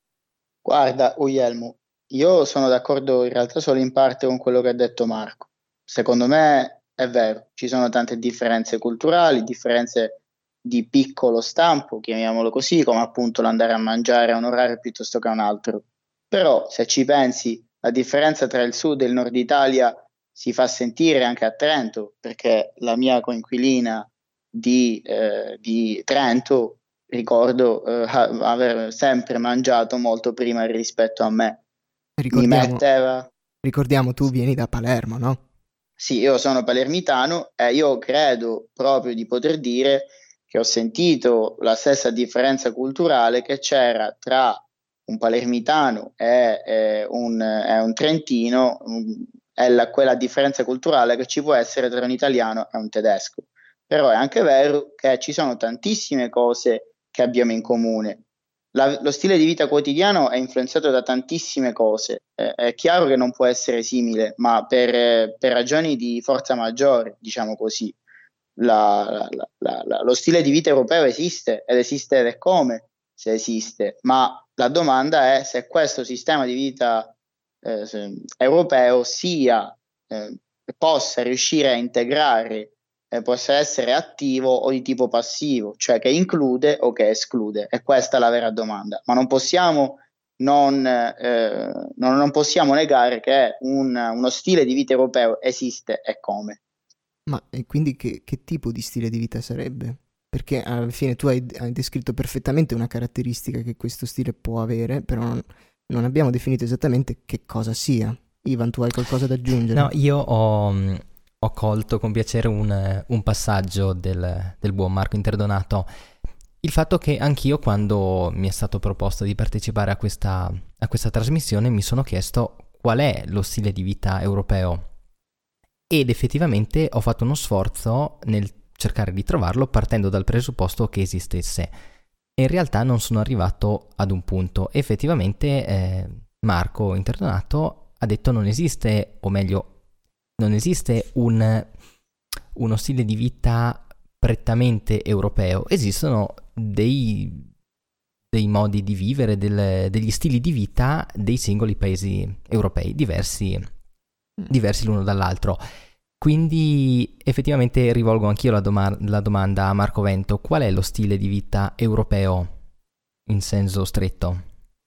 Guarda, Guglielmo, io sono d'accordo in realtà solo in parte con quello che ha detto Marco. Secondo me è vero, ci sono tante differenze culturali, differenze di piccolo stampo, chiamiamolo così, come appunto l'andare a mangiare a un orario piuttosto che a un altro. Però se ci pensi, la differenza tra il sud e il nord Italia si fa sentire anche a Trento, perché la mia coinquilina di, eh, di Trento, ricordo eh, aver sempre mangiato molto prima rispetto a me. Mi Ricordiamo, metteva... ricordiamo tu vieni da Palermo, no? Sì, io sono palermitano e io credo proprio di poter dire che ho sentito la stessa differenza culturale che c'era tra un palermitano e, e, un, e un trentino, um, è la, quella differenza culturale che ci può essere tra un italiano e un tedesco. Però è anche vero che ci sono tantissime cose che abbiamo in comune. La, lo stile di vita quotidiano è influenzato da tantissime cose. Eh, è chiaro che non può essere simile, ma per, eh, per ragioni di forza maggiore, diciamo così, la, la, la, la, lo stile di vita europeo esiste ed esiste ed è come se esiste, ma la domanda è se questo sistema di vita eh, se, europeo sia eh, possa riuscire a integrare eh, possa essere attivo o di tipo passivo, cioè che include o che esclude. E questa è la vera domanda. Ma non possiamo, non, eh, non, non possiamo negare che un, uno stile di vita europeo esiste e come. Ma e quindi che, che tipo di stile di vita sarebbe? Perché alla fine tu hai, hai descritto perfettamente una caratteristica che questo stile può avere, però non, non abbiamo definito esattamente che cosa sia. Ivan, tu hai qualcosa da aggiungere? No, io ho, mh, ho colto con piacere un, un passaggio del, del buon Marco Interdonato. Il fatto che anch'io, quando mi è stato proposto di partecipare a questa, a questa trasmissione, mi sono chiesto qual è lo stile di vita europeo. Ed effettivamente ho fatto uno sforzo nel cercare di trovarlo partendo dal presupposto che esistesse. E in realtà non sono arrivato ad un punto. Effettivamente eh, Marco Interdonato ha detto non esiste, o meglio, non esiste un, uno stile di vita prettamente europeo. Esistono dei, dei modi di vivere, del, degli stili di vita dei singoli paesi europei, diversi, diversi l'uno dall'altro. Quindi effettivamente rivolgo anch'io la, doma- la domanda a Marco Vento: qual è lo stile di vita europeo in senso stretto?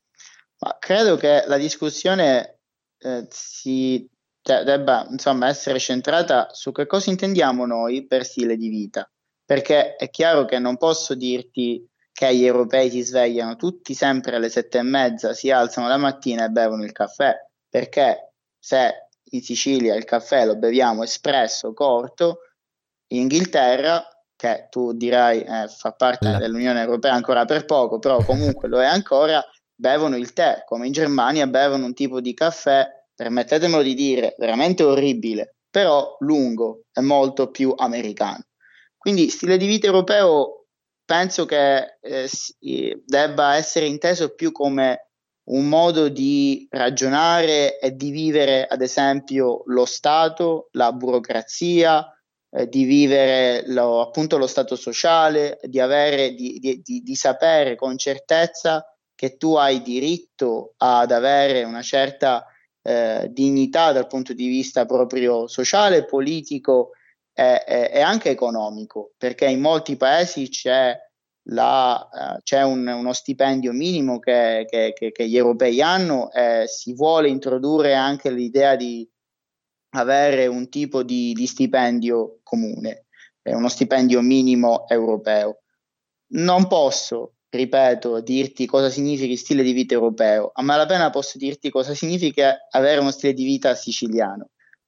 Ma credo che la discussione eh, si de- debba insomma essere centrata su che cosa intendiamo noi per stile di vita, perché è chiaro che non posso dirti che gli europei si svegliano tutti sempre alle sette e mezza, si alzano la mattina e bevono il caffè, perché se in Sicilia il caffè lo beviamo espresso, corto, in Inghilterra, che tu dirai eh, fa parte La... dell'Unione Europea ancora per poco, però comunque lo è ancora, bevono il tè, come in Germania bevono un tipo di caffè, permettetemelo di dire, veramente orribile, però lungo e molto più americano. Quindi stile di vita europeo penso che eh, si, debba essere inteso più come un modo di ragionare e di vivere, ad esempio, lo Stato, la burocrazia, eh, di vivere lo, appunto lo Stato sociale, di avere, di, di, di, di sapere con certezza che tu hai diritto ad avere una certa eh, dignità dal punto di vista proprio sociale, politico e, e, e anche economico, perché in molti paesi c'è La, uh, c'è un, uno stipendio minimo che, che, che, che gli europei hanno e si vuole introdurre anche l'idea di avere un tipo di, di stipendio comune, eh, uno stipendio minimo europeo. Non posso, ripeto, dirti cosa significa stile di vita europeo, a malapena posso dirti cosa significa avere uno stile di vita siciliano,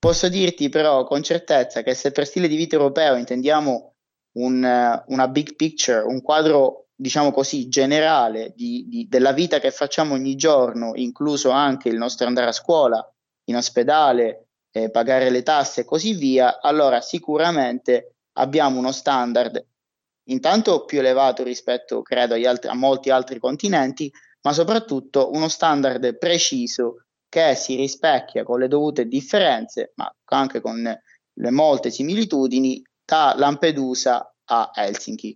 Posso dirti però con certezza che se per stile di vita europeo intendiamo un, una big picture, un quadro, diciamo così, generale di, di, della vita che facciamo ogni giorno, incluso anche il nostro andare a scuola, in ospedale, eh, pagare le tasse e così via, allora sicuramente abbiamo uno standard intanto più elevato rispetto, credo, agli altri, a molti altri continenti, ma soprattutto uno standard preciso che si rispecchia con le dovute differenze, ma anche con le molte similitudini, da Lampedusa a Helsinki.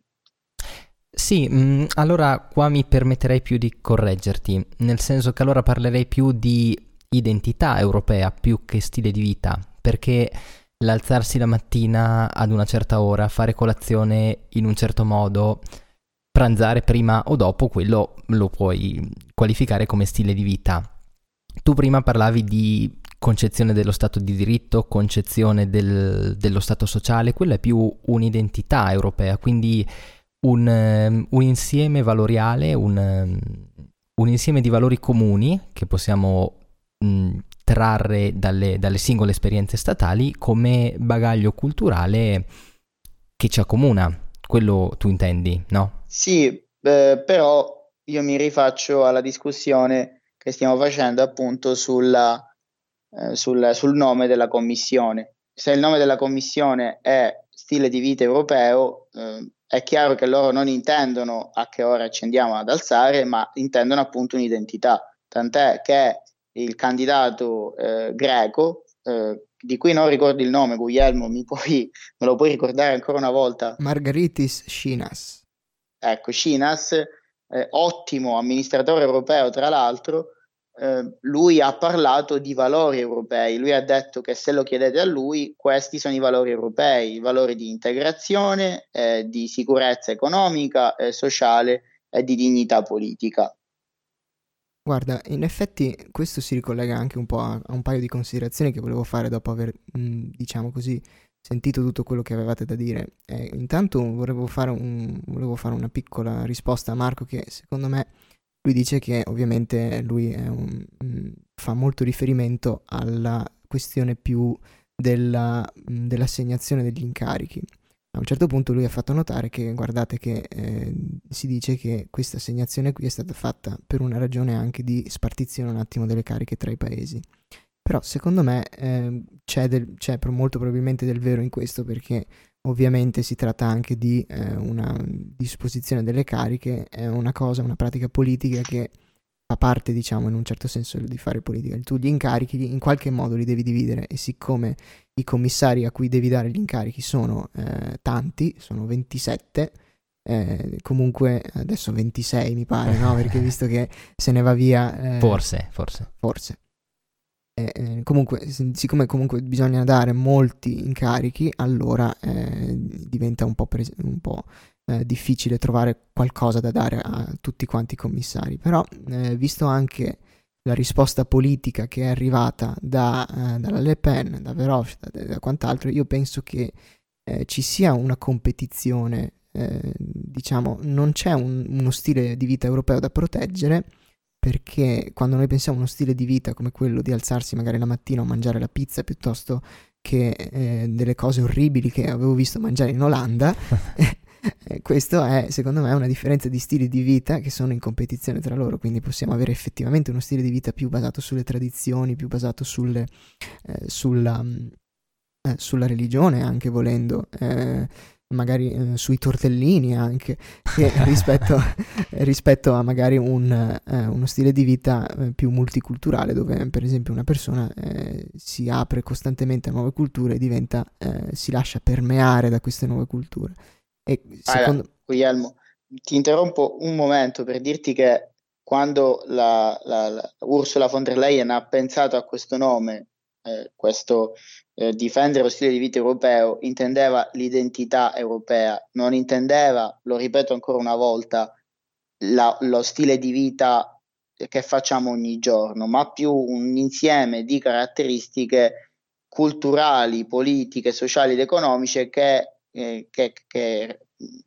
Sì, mh, allora qua mi permetterei più di correggerti, nel senso che allora parlerei più di identità europea più che stile di vita, perché l'alzarsi la mattina ad una certa ora, fare colazione in un certo modo, pranzare prima o dopo, quello lo puoi qualificare come stile di vita. Tu prima parlavi di concezione dello Stato di diritto, concezione del, dello Stato sociale, quella è più un'identità europea, quindi un, um, un insieme valoriale, un, um, un insieme di valori comuni che possiamo mh, trarre dalle, dalle singole esperienze statali come bagaglio culturale che ci accomuna. Quello tu intendi, no? Sì, eh, però io mi rifaccio alla discussione che stiamo facendo appunto sulla, eh, sul, sul nome della commissione. Se il nome della commissione è stile di vita europeo, eh, è chiaro che loro non intendono a che ora ci andiamo ad alzare, ma intendono appunto un'identità. Tant'è che il candidato eh, greco, eh, di cui non ricordo il nome, Guglielmo, mi puoi, me lo puoi ricordare ancora una volta? Margaritis Schinas. Ecco, Schinas, eh, ottimo amministratore europeo tra l'altro, eh, lui ha parlato di valori europei, lui ha detto che se lo chiedete a lui, questi sono i valori europei, i valori di integrazione, eh, di sicurezza economica, eh, sociale e di dignità politica. Guarda, in effetti questo si ricollega anche un po' a, a un paio di considerazioni che volevo fare dopo aver, mh, diciamo così, sentito tutto quello che avevate da dire. Eh, intanto volevo fare, un, volevo fare una piccola risposta a Marco, che secondo me lui dice che ovviamente lui è un, mh, fa molto riferimento alla questione più della, mh, dell'assegnazione degli incarichi. A un certo punto lui ha fatto notare che, guardate che eh, si dice che questa assegnazione qui è stata fatta per una ragione anche di spartizione un attimo delle cariche tra i paesi. Però secondo me eh, c'è, del, c'è molto probabilmente del vero in questo, perché ovviamente si tratta anche di eh, una disposizione delle cariche, è una cosa, una pratica politica che fa parte, diciamo, in un certo senso di fare politica. Tu gli incarichi in qualche modo li devi dividere, e siccome i commissari a cui devi dare gli incarichi sono eh, tanti, sono ventisette, eh, comunque adesso ventisei mi pare, no? Perché visto che se ne va via... Eh, forse, forse. Forse. Eh, eh, comunque, siccome comunque bisogna dare molti incarichi, allora eh, diventa un po', pres- un po' eh, difficile trovare qualcosa da dare a tutti quanti i commissari. Però, eh, visto anche la risposta politica che è arrivata da, eh, dalla Le Pen, da Verhofstadt e da quant'altro, io penso che eh, ci sia una competizione, eh, diciamo, non c'è un, uno stile di vita europeo da proteggere, perché quando noi pensiamo a uno stile di vita come quello di alzarsi magari la mattina o mangiare la pizza piuttosto che eh, delle cose orribili che avevo visto mangiare in Olanda, eh, questo è, secondo me, una differenza di stili di vita che sono in competizione tra loro, quindi possiamo avere effettivamente uno stile di vita più basato sulle tradizioni, più basato sulle, eh, sulla, eh, sulla religione, anche volendo, eh, magari eh, sui tortellini anche, che rispetto, rispetto a magari un, eh, uno stile di vita eh, più multiculturale, dove per esempio una persona eh, si apre costantemente a nuove culture e diventa, eh, si lascia permeare da queste nuove culture. E secondo... Allora, Guglielmo, ti interrompo un momento per dirti che quando la, la, la Ursula von der Leyen ha pensato a questo nome, eh, questo eh, difendere lo stile di vita europeo, intendeva l'identità europea, non intendeva, lo ripeto ancora una volta, la, lo stile di vita che facciamo ogni giorno, ma più un insieme di caratteristiche culturali, politiche, sociali ed economiche che Eh, che, che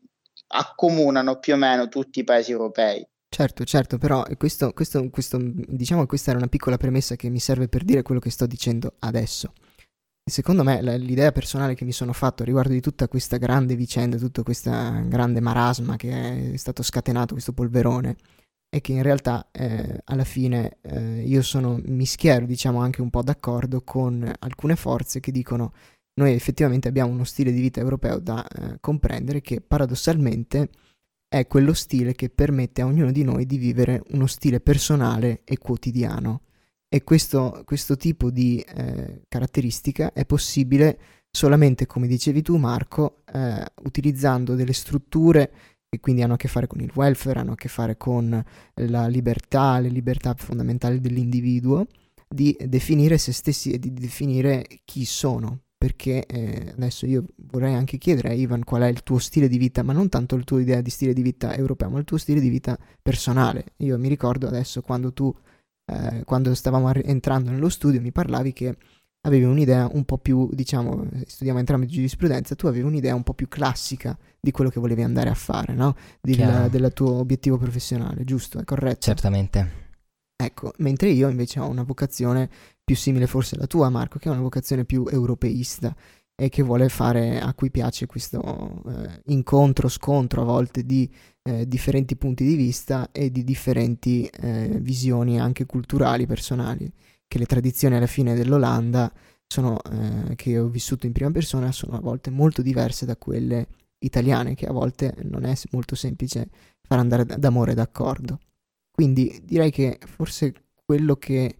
accomunano più o meno tutti i paesi europei. Certo, certo, però questo, questo, questo, diciamo che questa era una piccola premessa che mi serve per dire quello che sto dicendo adesso. secondo me la- l'idea personale che mi sono fatto riguardo di tutta questa grande vicenda, tutta questa grande marasma che è stato scatenato, questo polverone, è che in realtà eh, alla fine eh, io sono, mi schiero diciamo anche un po' d'accordo con alcune forze che dicono noi effettivamente abbiamo uno stile di vita europeo da eh, comprendere che paradossalmente è quello stile che permette a ognuno di noi di vivere uno stile personale e quotidiano. E questo, questo tipo di eh, caratteristica è possibile solamente, come dicevi tu Marco, eh, utilizzando delle strutture che quindi hanno a che fare con il welfare, hanno a che fare con la libertà, le libertà fondamentali dell'individuo, di definire se stessi e di definire chi sono. Perché eh, adesso io vorrei anche chiedere a Ivan qual è il tuo stile di vita, ma non tanto la tua idea di stile di vita europeo, ma il tuo stile di vita personale. Io mi ricordo adesso quando tu eh, quando stavamo ar- entrando nello studio mi parlavi che avevi un'idea un po' più, diciamo, studiamo entrambi giurisprudenza, tu avevi un'idea un po' più classica di quello che volevi andare a fare, no? Del, del tuo obiettivo professionale, giusto? È corretto? Certamente. Ecco, mentre io invece ho una vocazione più simile forse alla tua, Marco, che è una vocazione più europeista e che vuole fare, a cui piace questo eh, incontro, scontro a volte di eh, differenti punti di vista e di differenti eh, visioni anche culturali, personali, che le tradizioni alla fine dell'Olanda sono, eh, che ho vissuto in prima persona, sono a volte molto diverse da quelle italiane, che a volte non è molto semplice far andare d- d'amore d'accordo. Quindi direi che forse quello che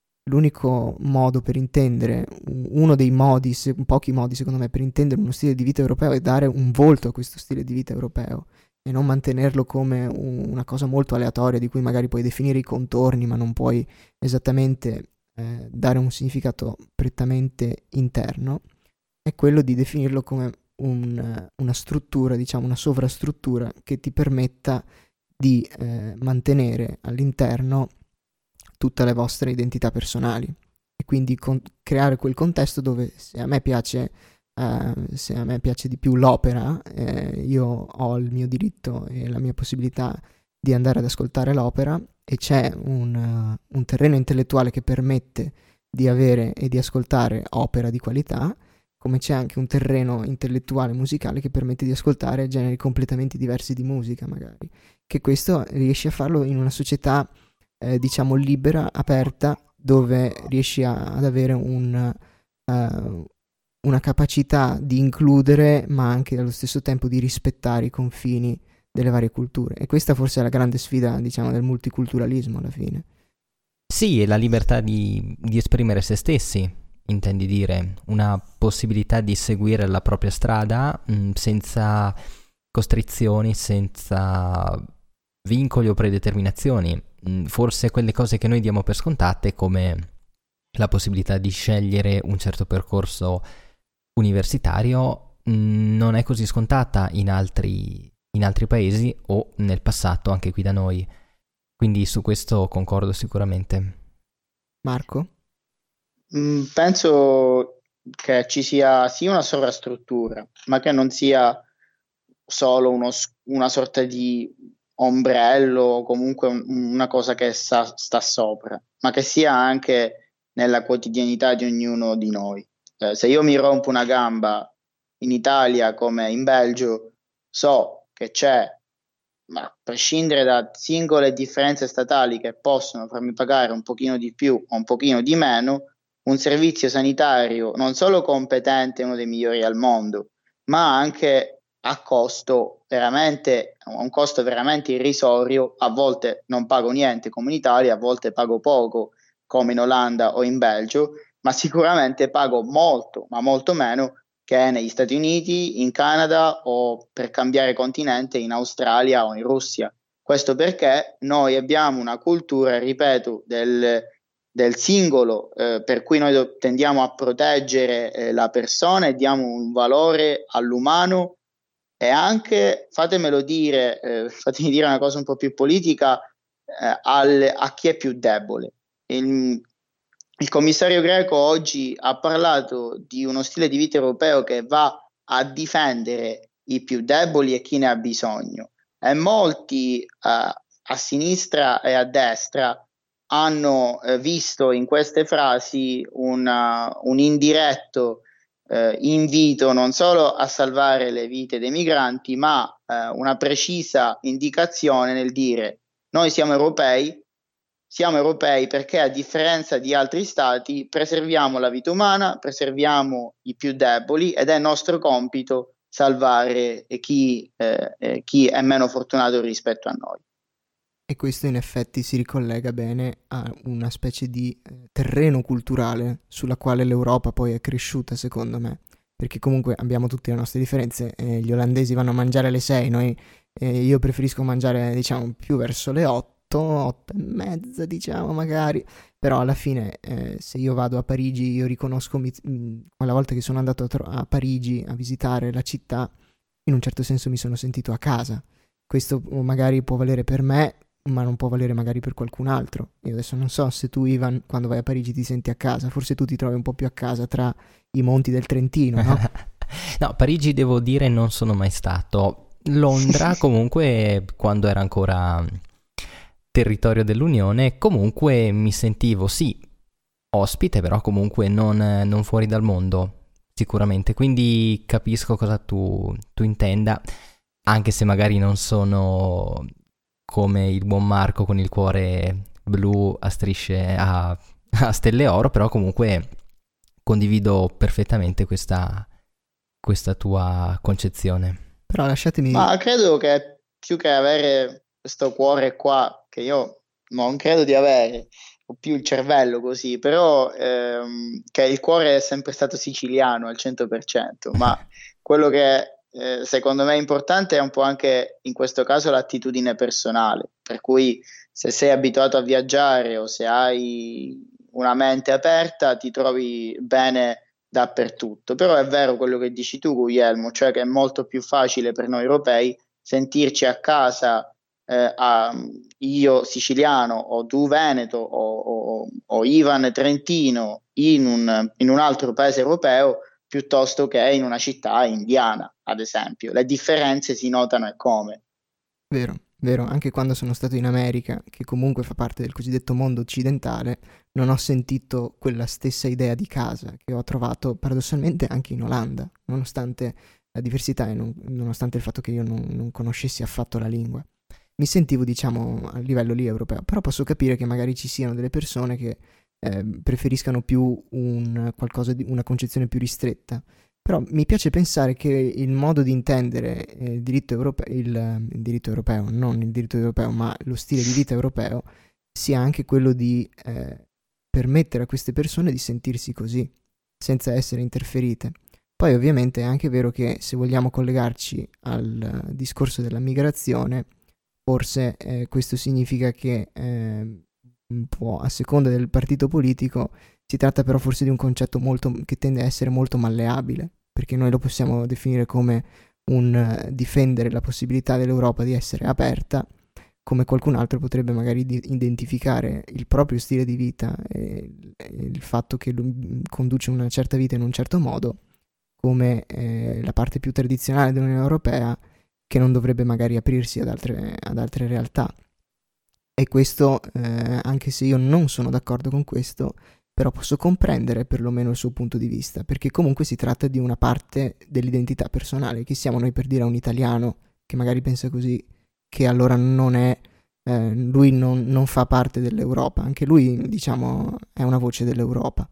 l'unico modo per intendere, uno dei modi, se, pochi modi secondo me, per intendere uno stile di vita europeo è dare un volto a questo stile di vita europeo e non mantenerlo come un, una cosa molto aleatoria di cui magari puoi definire i contorni ma non puoi esattamente eh, dare un significato prettamente interno, è quello di definirlo come un, una struttura, diciamo una sovrastruttura che ti permetta di eh, mantenere all'interno tutte le vostre identità personali e quindi con- creare quel contesto dove se a me piace uh, se a me piace di più l'opera, eh, io ho il mio diritto e la mia possibilità di andare ad ascoltare l'opera e c'è un, uh, un terreno intellettuale che permette di avere e di ascoltare opera di qualità, come c'è anche un terreno intellettuale musicale che permette di ascoltare generi completamente diversi di musica magari, che questo riesci a farlo in una società eh, diciamo libera, aperta, dove riesci a, ad avere un, uh, una capacità di includere ma anche allo stesso tempo di rispettare i confini delle varie culture, e questa forse è la grande sfida diciamo del multiculturalismo alla fine. Sì, e la libertà di, di esprimere se stessi, intendi dire, una possibilità di seguire la propria strada mh, senza costrizioni, senza vincoli o predeterminazioni. Mh, forse quelle cose che noi diamo per scontate, come la possibilità di scegliere un certo percorso universitario, mh, non è così scontata in altri, in altri paesi o nel passato anche qui da noi. Quindi su questo concordo sicuramente. Marco? Mm, penso che ci sia sì una sovrastruttura, ma che non sia solo uno, una sorta di ombrello o comunque un, una cosa che sta, sta sopra, ma che sia anche nella quotidianità di ognuno di noi. Eh, se io mi rompo una gamba in Italia come in Belgio, so che c'è, ma a prescindere da singole differenze statali che possono farmi pagare un pochino di più o un pochino di meno, un servizio sanitario non solo competente, uno dei migliori al mondo, ma anche a costo veramente, a un costo veramente irrisorio. A volte non pago niente come in Italia, a volte pago poco come in Olanda o in Belgio, ma sicuramente pago molto, ma molto meno che negli Stati Uniti, in Canada o, per cambiare continente, in Australia o in Russia. Questo perché noi abbiamo una cultura, ripeto, del, del singolo, eh, per cui noi do- tendiamo a proteggere eh, la persona e diamo un valore all'umano e anche, fatemelo dire, eh, fatemi dire una cosa un po' più politica, eh, al, a chi è più debole. Il, il commissario Greco oggi ha parlato di uno stile di vita europeo che va a difendere i più deboli e chi ne ha bisogno. E molti eh, a sinistra e a destra hanno eh, visto in queste frasi una, un indiretto eh, invito non solo a salvare le vite dei migranti, ma eh, una precisa indicazione nel dire: noi siamo europei, siamo europei perché a differenza di altri stati preserviamo la vita umana, preserviamo i più deboli ed è nostro compito salvare chi, eh, chi è meno fortunato rispetto a noi. E questo in effetti si ricollega bene a una specie di eh, terreno culturale sulla quale l'Europa poi è cresciuta, secondo me, perché comunque abbiamo tutte le nostre differenze. Eh, gli olandesi vanno a mangiare alle sei, noi, eh, io preferisco mangiare, diciamo, più verso le otto, otto e mezza, diciamo, magari, però alla fine eh, se io vado a Parigi, io riconosco, mi, mh, quella volta che sono andato a, tro- a Parigi a visitare la città, in un certo senso mi sono sentito a casa. Questo magari può valere per me, ma non può valere magari per qualcun altro. Io adesso non so se tu, Ivan, quando vai a Parigi ti senti a casa, forse tu ti trovi un po' più a casa tra i monti del Trentino, no? No, Parigi devo dire non sono mai stato. Londra comunque quando era ancora territorio dell'Unione comunque mi sentivo sì ospite, però comunque non, non fuori dal mondo sicuramente, quindi capisco cosa tu, tu intenda, anche se magari non sono come il buon Marco con il cuore blu a strisce a, a stelle oro, però comunque condivido perfettamente questa, questa tua concezione. Però lasciatemi... Ma credo che più che avere questo cuore qua, che io non credo di avere, ho più il cervello così, però ehm, che il cuore è sempre stato siciliano al cento per cento, ma quello che Eh, secondo me è importante è un po' anche in questo caso l'attitudine personale, per cui se sei abituato a viaggiare o se hai una mente aperta ti trovi bene dappertutto. Però è vero quello che dici tu, Guglielmo, cioè che è molto più facile per noi europei sentirci a casa, eh, a, io siciliano o tu veneto o, o, o Ivan trentino in un, in un altro paese europeo piuttosto che in una città indiana, ad esempio. Le differenze si notano e come. Vero, vero, anche quando sono stato in America, che comunque fa parte del cosiddetto mondo occidentale, non ho sentito quella stessa idea di casa che ho trovato paradossalmente anche in Olanda, nonostante la diversità e non, nonostante il fatto che io non, non conoscessi affatto la lingua. Mi sentivo, diciamo, a livello lì europeo, però posso capire che magari ci siano delle persone che eh, preferiscano più un qualcosa di una concezione più ristretta. Però mi piace pensare che il modo di intendere eh, il diritto europeo, il, il diritto europeo, non il diritto europeo, ma lo stile di vita europeo, sia anche quello di eh, permettere a queste persone di sentirsi così, senza essere interferite. Poi ovviamente è anche vero che se vogliamo collegarci al uh, discorso della migrazione, forse eh, questo significa che eh, un po' a seconda del partito politico si tratta però forse di un concetto molto, che tende a essere molto malleabile, perché noi lo possiamo definire come un uh, difendere la possibilità dell'Europa di essere aperta, come qualcun altro potrebbe magari di- identificare il proprio stile di vita e, e il fatto che lui conduce una certa vita in un certo modo come eh, la parte più tradizionale dell'Unione Europea, che non dovrebbe magari aprirsi ad altre, ad altre realtà. E questo, eh, anche se io non sono d'accordo con questo, però posso comprendere perlomeno il suo punto di vista, perché comunque si tratta di una parte dell'identità personale. Chi siamo noi per dire a un italiano che magari pensa così, che allora non è, eh, lui non, non fa parte dell'Europa, anche lui, diciamo, è una voce dell'Europa.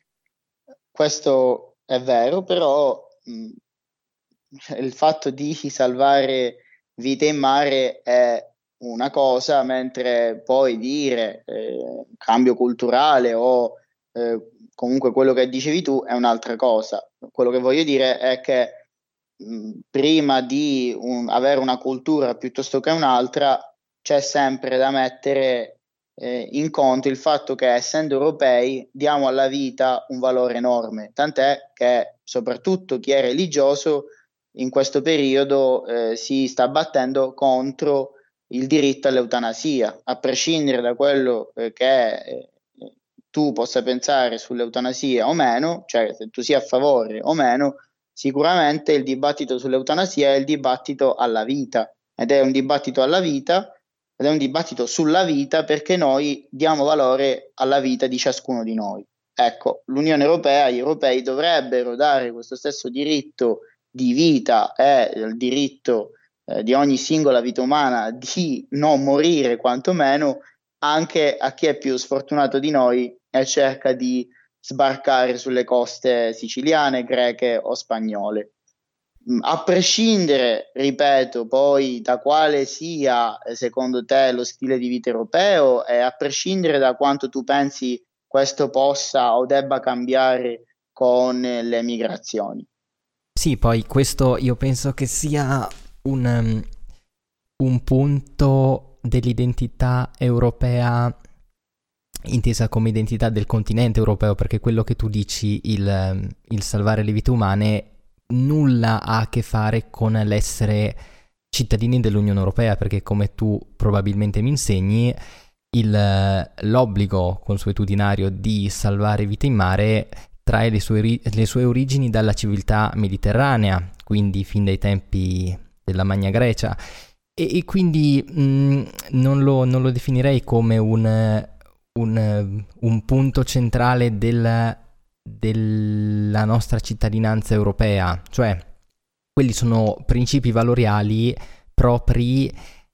Questo è vero, però mh, il fatto di salvare vite in mare è una cosa, mentre poi dire eh, cambio culturale o eh, comunque quello che dicevi tu è un'altra cosa. Quello che voglio dire è che mh, prima di un, avere una cultura piuttosto che un'altra c'è sempre da mettere eh, in conto il fatto che essendo europei diamo alla vita un valore enorme, tant'è che soprattutto chi è religioso in questo periodo eh, si sta battendo contro il diritto all'eutanasia, a prescindere da quello eh, che eh, tu possa pensare sull'eutanasia o meno, cioè se tu sia a favore o meno, sicuramente il dibattito sull'eutanasia è il dibattito alla vita, ed è un dibattito alla vita ed è un dibattito sulla vita, perché noi diamo valore alla vita di ciascuno di noi. Ecco, l'Unione Europea, gli europei dovrebbero dare questo stesso diritto di vita e il diritto eh, di ogni singola vita umana di non morire, quantomeno, anche a chi è più sfortunato di noi e cerca di sbarcare sulle coste siciliane, greche o spagnole. A prescindere, ripeto, poi da quale sia secondo te lo stile di vita europeo, e a prescindere da quanto tu pensi questo possa o debba cambiare con le migrazioni. Sì, poi questo io penso che sia un, um, un punto dell'identità europea intesa come identità del continente europeo, perché quello che tu dici, il, il salvare le vite umane, nulla ha a che fare con l'essere cittadini dell'Unione Europea, perché come tu probabilmente mi insegni, il, l'obbligo consuetudinario di salvare vite in mare trae le sue, le sue origini dalla civiltà mediterranea, quindi fin dai tempi della Magna Grecia, e, e quindi mh, non, lo, non lo definirei come un, un, un punto centrale del, della nostra cittadinanza europea, cioè quelli sono principi valoriali propri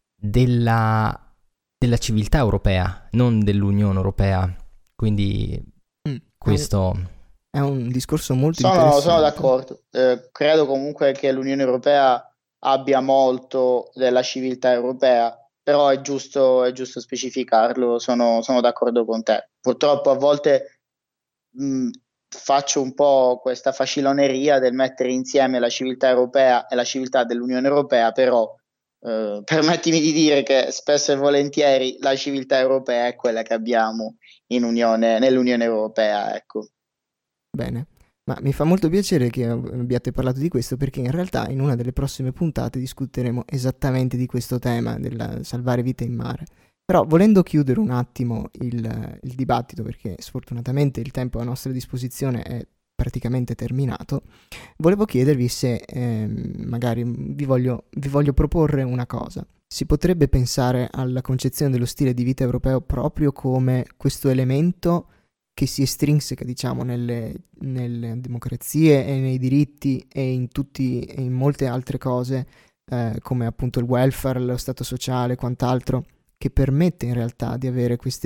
della della civiltà europea, non dell'Unione Europea. Quindi mm, questo è un, è un discorso molto sono, interessante. Sono d'accordo. Eh, credo comunque che l'Unione Europea abbia molto della civiltà europea, però è giusto, è giusto specificarlo. Sono, sono d'accordo con te. Purtroppo a volte mh, faccio un po' questa faciloneria del mettere insieme la civiltà europea e la civiltà dell'Unione Europea, però Uh, permettimi di dire che spesso e volentieri la civiltà europea è quella che abbiamo in Unione, nell'Unione Europea, ecco. Bene, ma mi fa molto piacere che abbiate parlato di questo, perché in realtà in una delle prossime puntate discuteremo esattamente di questo tema, del salvare vite in mare. Però volendo chiudere un attimo il, il dibattito, perché sfortunatamente il tempo a nostra disposizione è praticamente terminato, volevo chiedervi se eh, magari vi voglio, vi voglio proporre una cosa. Si potrebbe pensare alla concezione dello stile di vita europeo proprio come questo elemento che si estrinseca, diciamo, nelle, nelle democrazie e nei diritti e in tutti e in molte altre cose, eh, come appunto il welfare, lo stato sociale e quant'altro, che permette in realtà di avere queste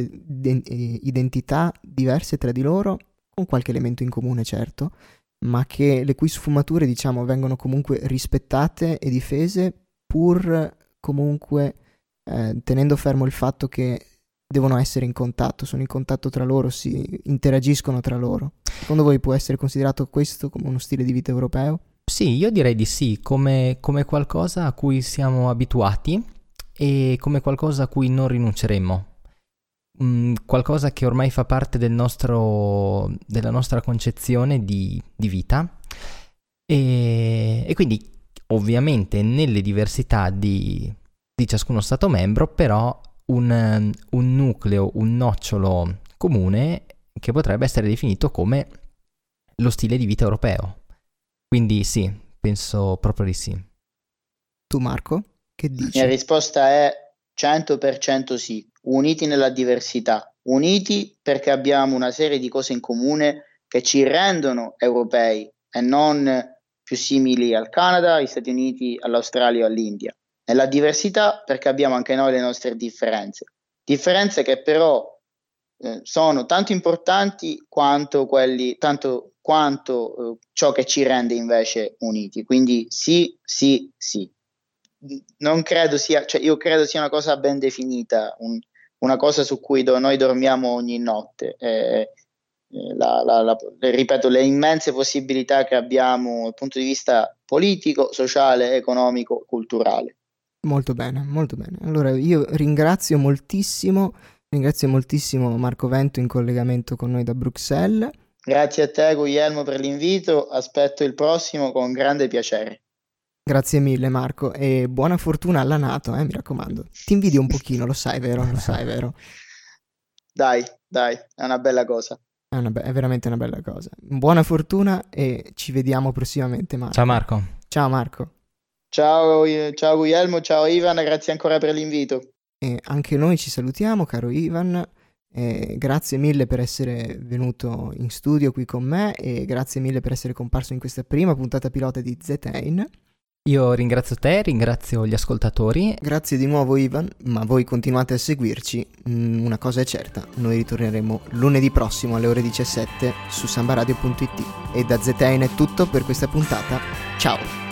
identità diverse tra di loro, con qualche elemento in comune, certo, ma che le cui sfumature, diciamo, vengono comunque rispettate e difese, pur comunque eh, tenendo fermo il fatto che devono essere in contatto, sono in contatto tra loro, si interagiscono tra loro. Secondo voi può essere considerato questo come uno stile di vita europeo? Sì, io direi di sì, come, come qualcosa a cui siamo abituati e come qualcosa a cui non rinunceremmo. Mm, qualcosa che ormai fa parte del nostro, della nostra concezione di, di vita e, e quindi ovviamente nelle diversità di, di ciascuno Stato membro, però un, un nucleo, un nocciolo comune che potrebbe essere definito come lo stile di vita europeo. Quindi sì, penso proprio di sì. Tu Marco, che dici? La mia risposta è cento per cento sì. Uniti nella diversità, uniti perché abbiamo una serie di cose in comune che ci rendono europei e non più simili al Canada, agli Stati Uniti, all'Australia o all'India. Nella diversità perché abbiamo anche noi le nostre differenze, differenze che però eh, sono tanto importanti quanto quelli, tanto quanto eh, ciò che ci rende invece uniti. Quindi sì, sì, sì. Non credo sia, cioè io credo sia una cosa ben definita, un, una cosa su cui do, noi dormiamo ogni notte. Eh, la, la, la, ripeto, le immense possibilità che abbiamo dal punto di vista politico, sociale, economico, culturale. Molto bene, molto bene. Allora io ringrazio moltissimo, ringrazio moltissimo Marco Vento in collegamento con noi da Bruxelles. Grazie a te Guglielmo per l'invito, aspetto il prossimo con grande piacere. Grazie mille Marco e buona fortuna alla NATO, eh, mi raccomando. Ti invidio un pochino, lo sai, vero? Lo sai, vero? Dai, dai, è una bella cosa. È, una be- è veramente una bella cosa. Buona fortuna e ci vediamo prossimamente, Marco. Ciao Marco. Ciao Marco. Ciao, ciao Guglielmo, ciao Ivan, grazie ancora per l'invito. E anche noi ci salutiamo, caro Ivan. Eh, grazie mille per essere venuto in studio qui con me e grazie mille per essere comparso in questa prima puntata pilota di Zetain. Io ringrazio te, ringrazio gli ascoltatori. Grazie di nuovo Ivan, ma voi continuate a seguirci. Mm, una cosa è certa, noi ritorneremo lunedì prossimo alle ore diciassette su sambaradio punto it. E da Zetain è tutto per questa puntata. Ciao!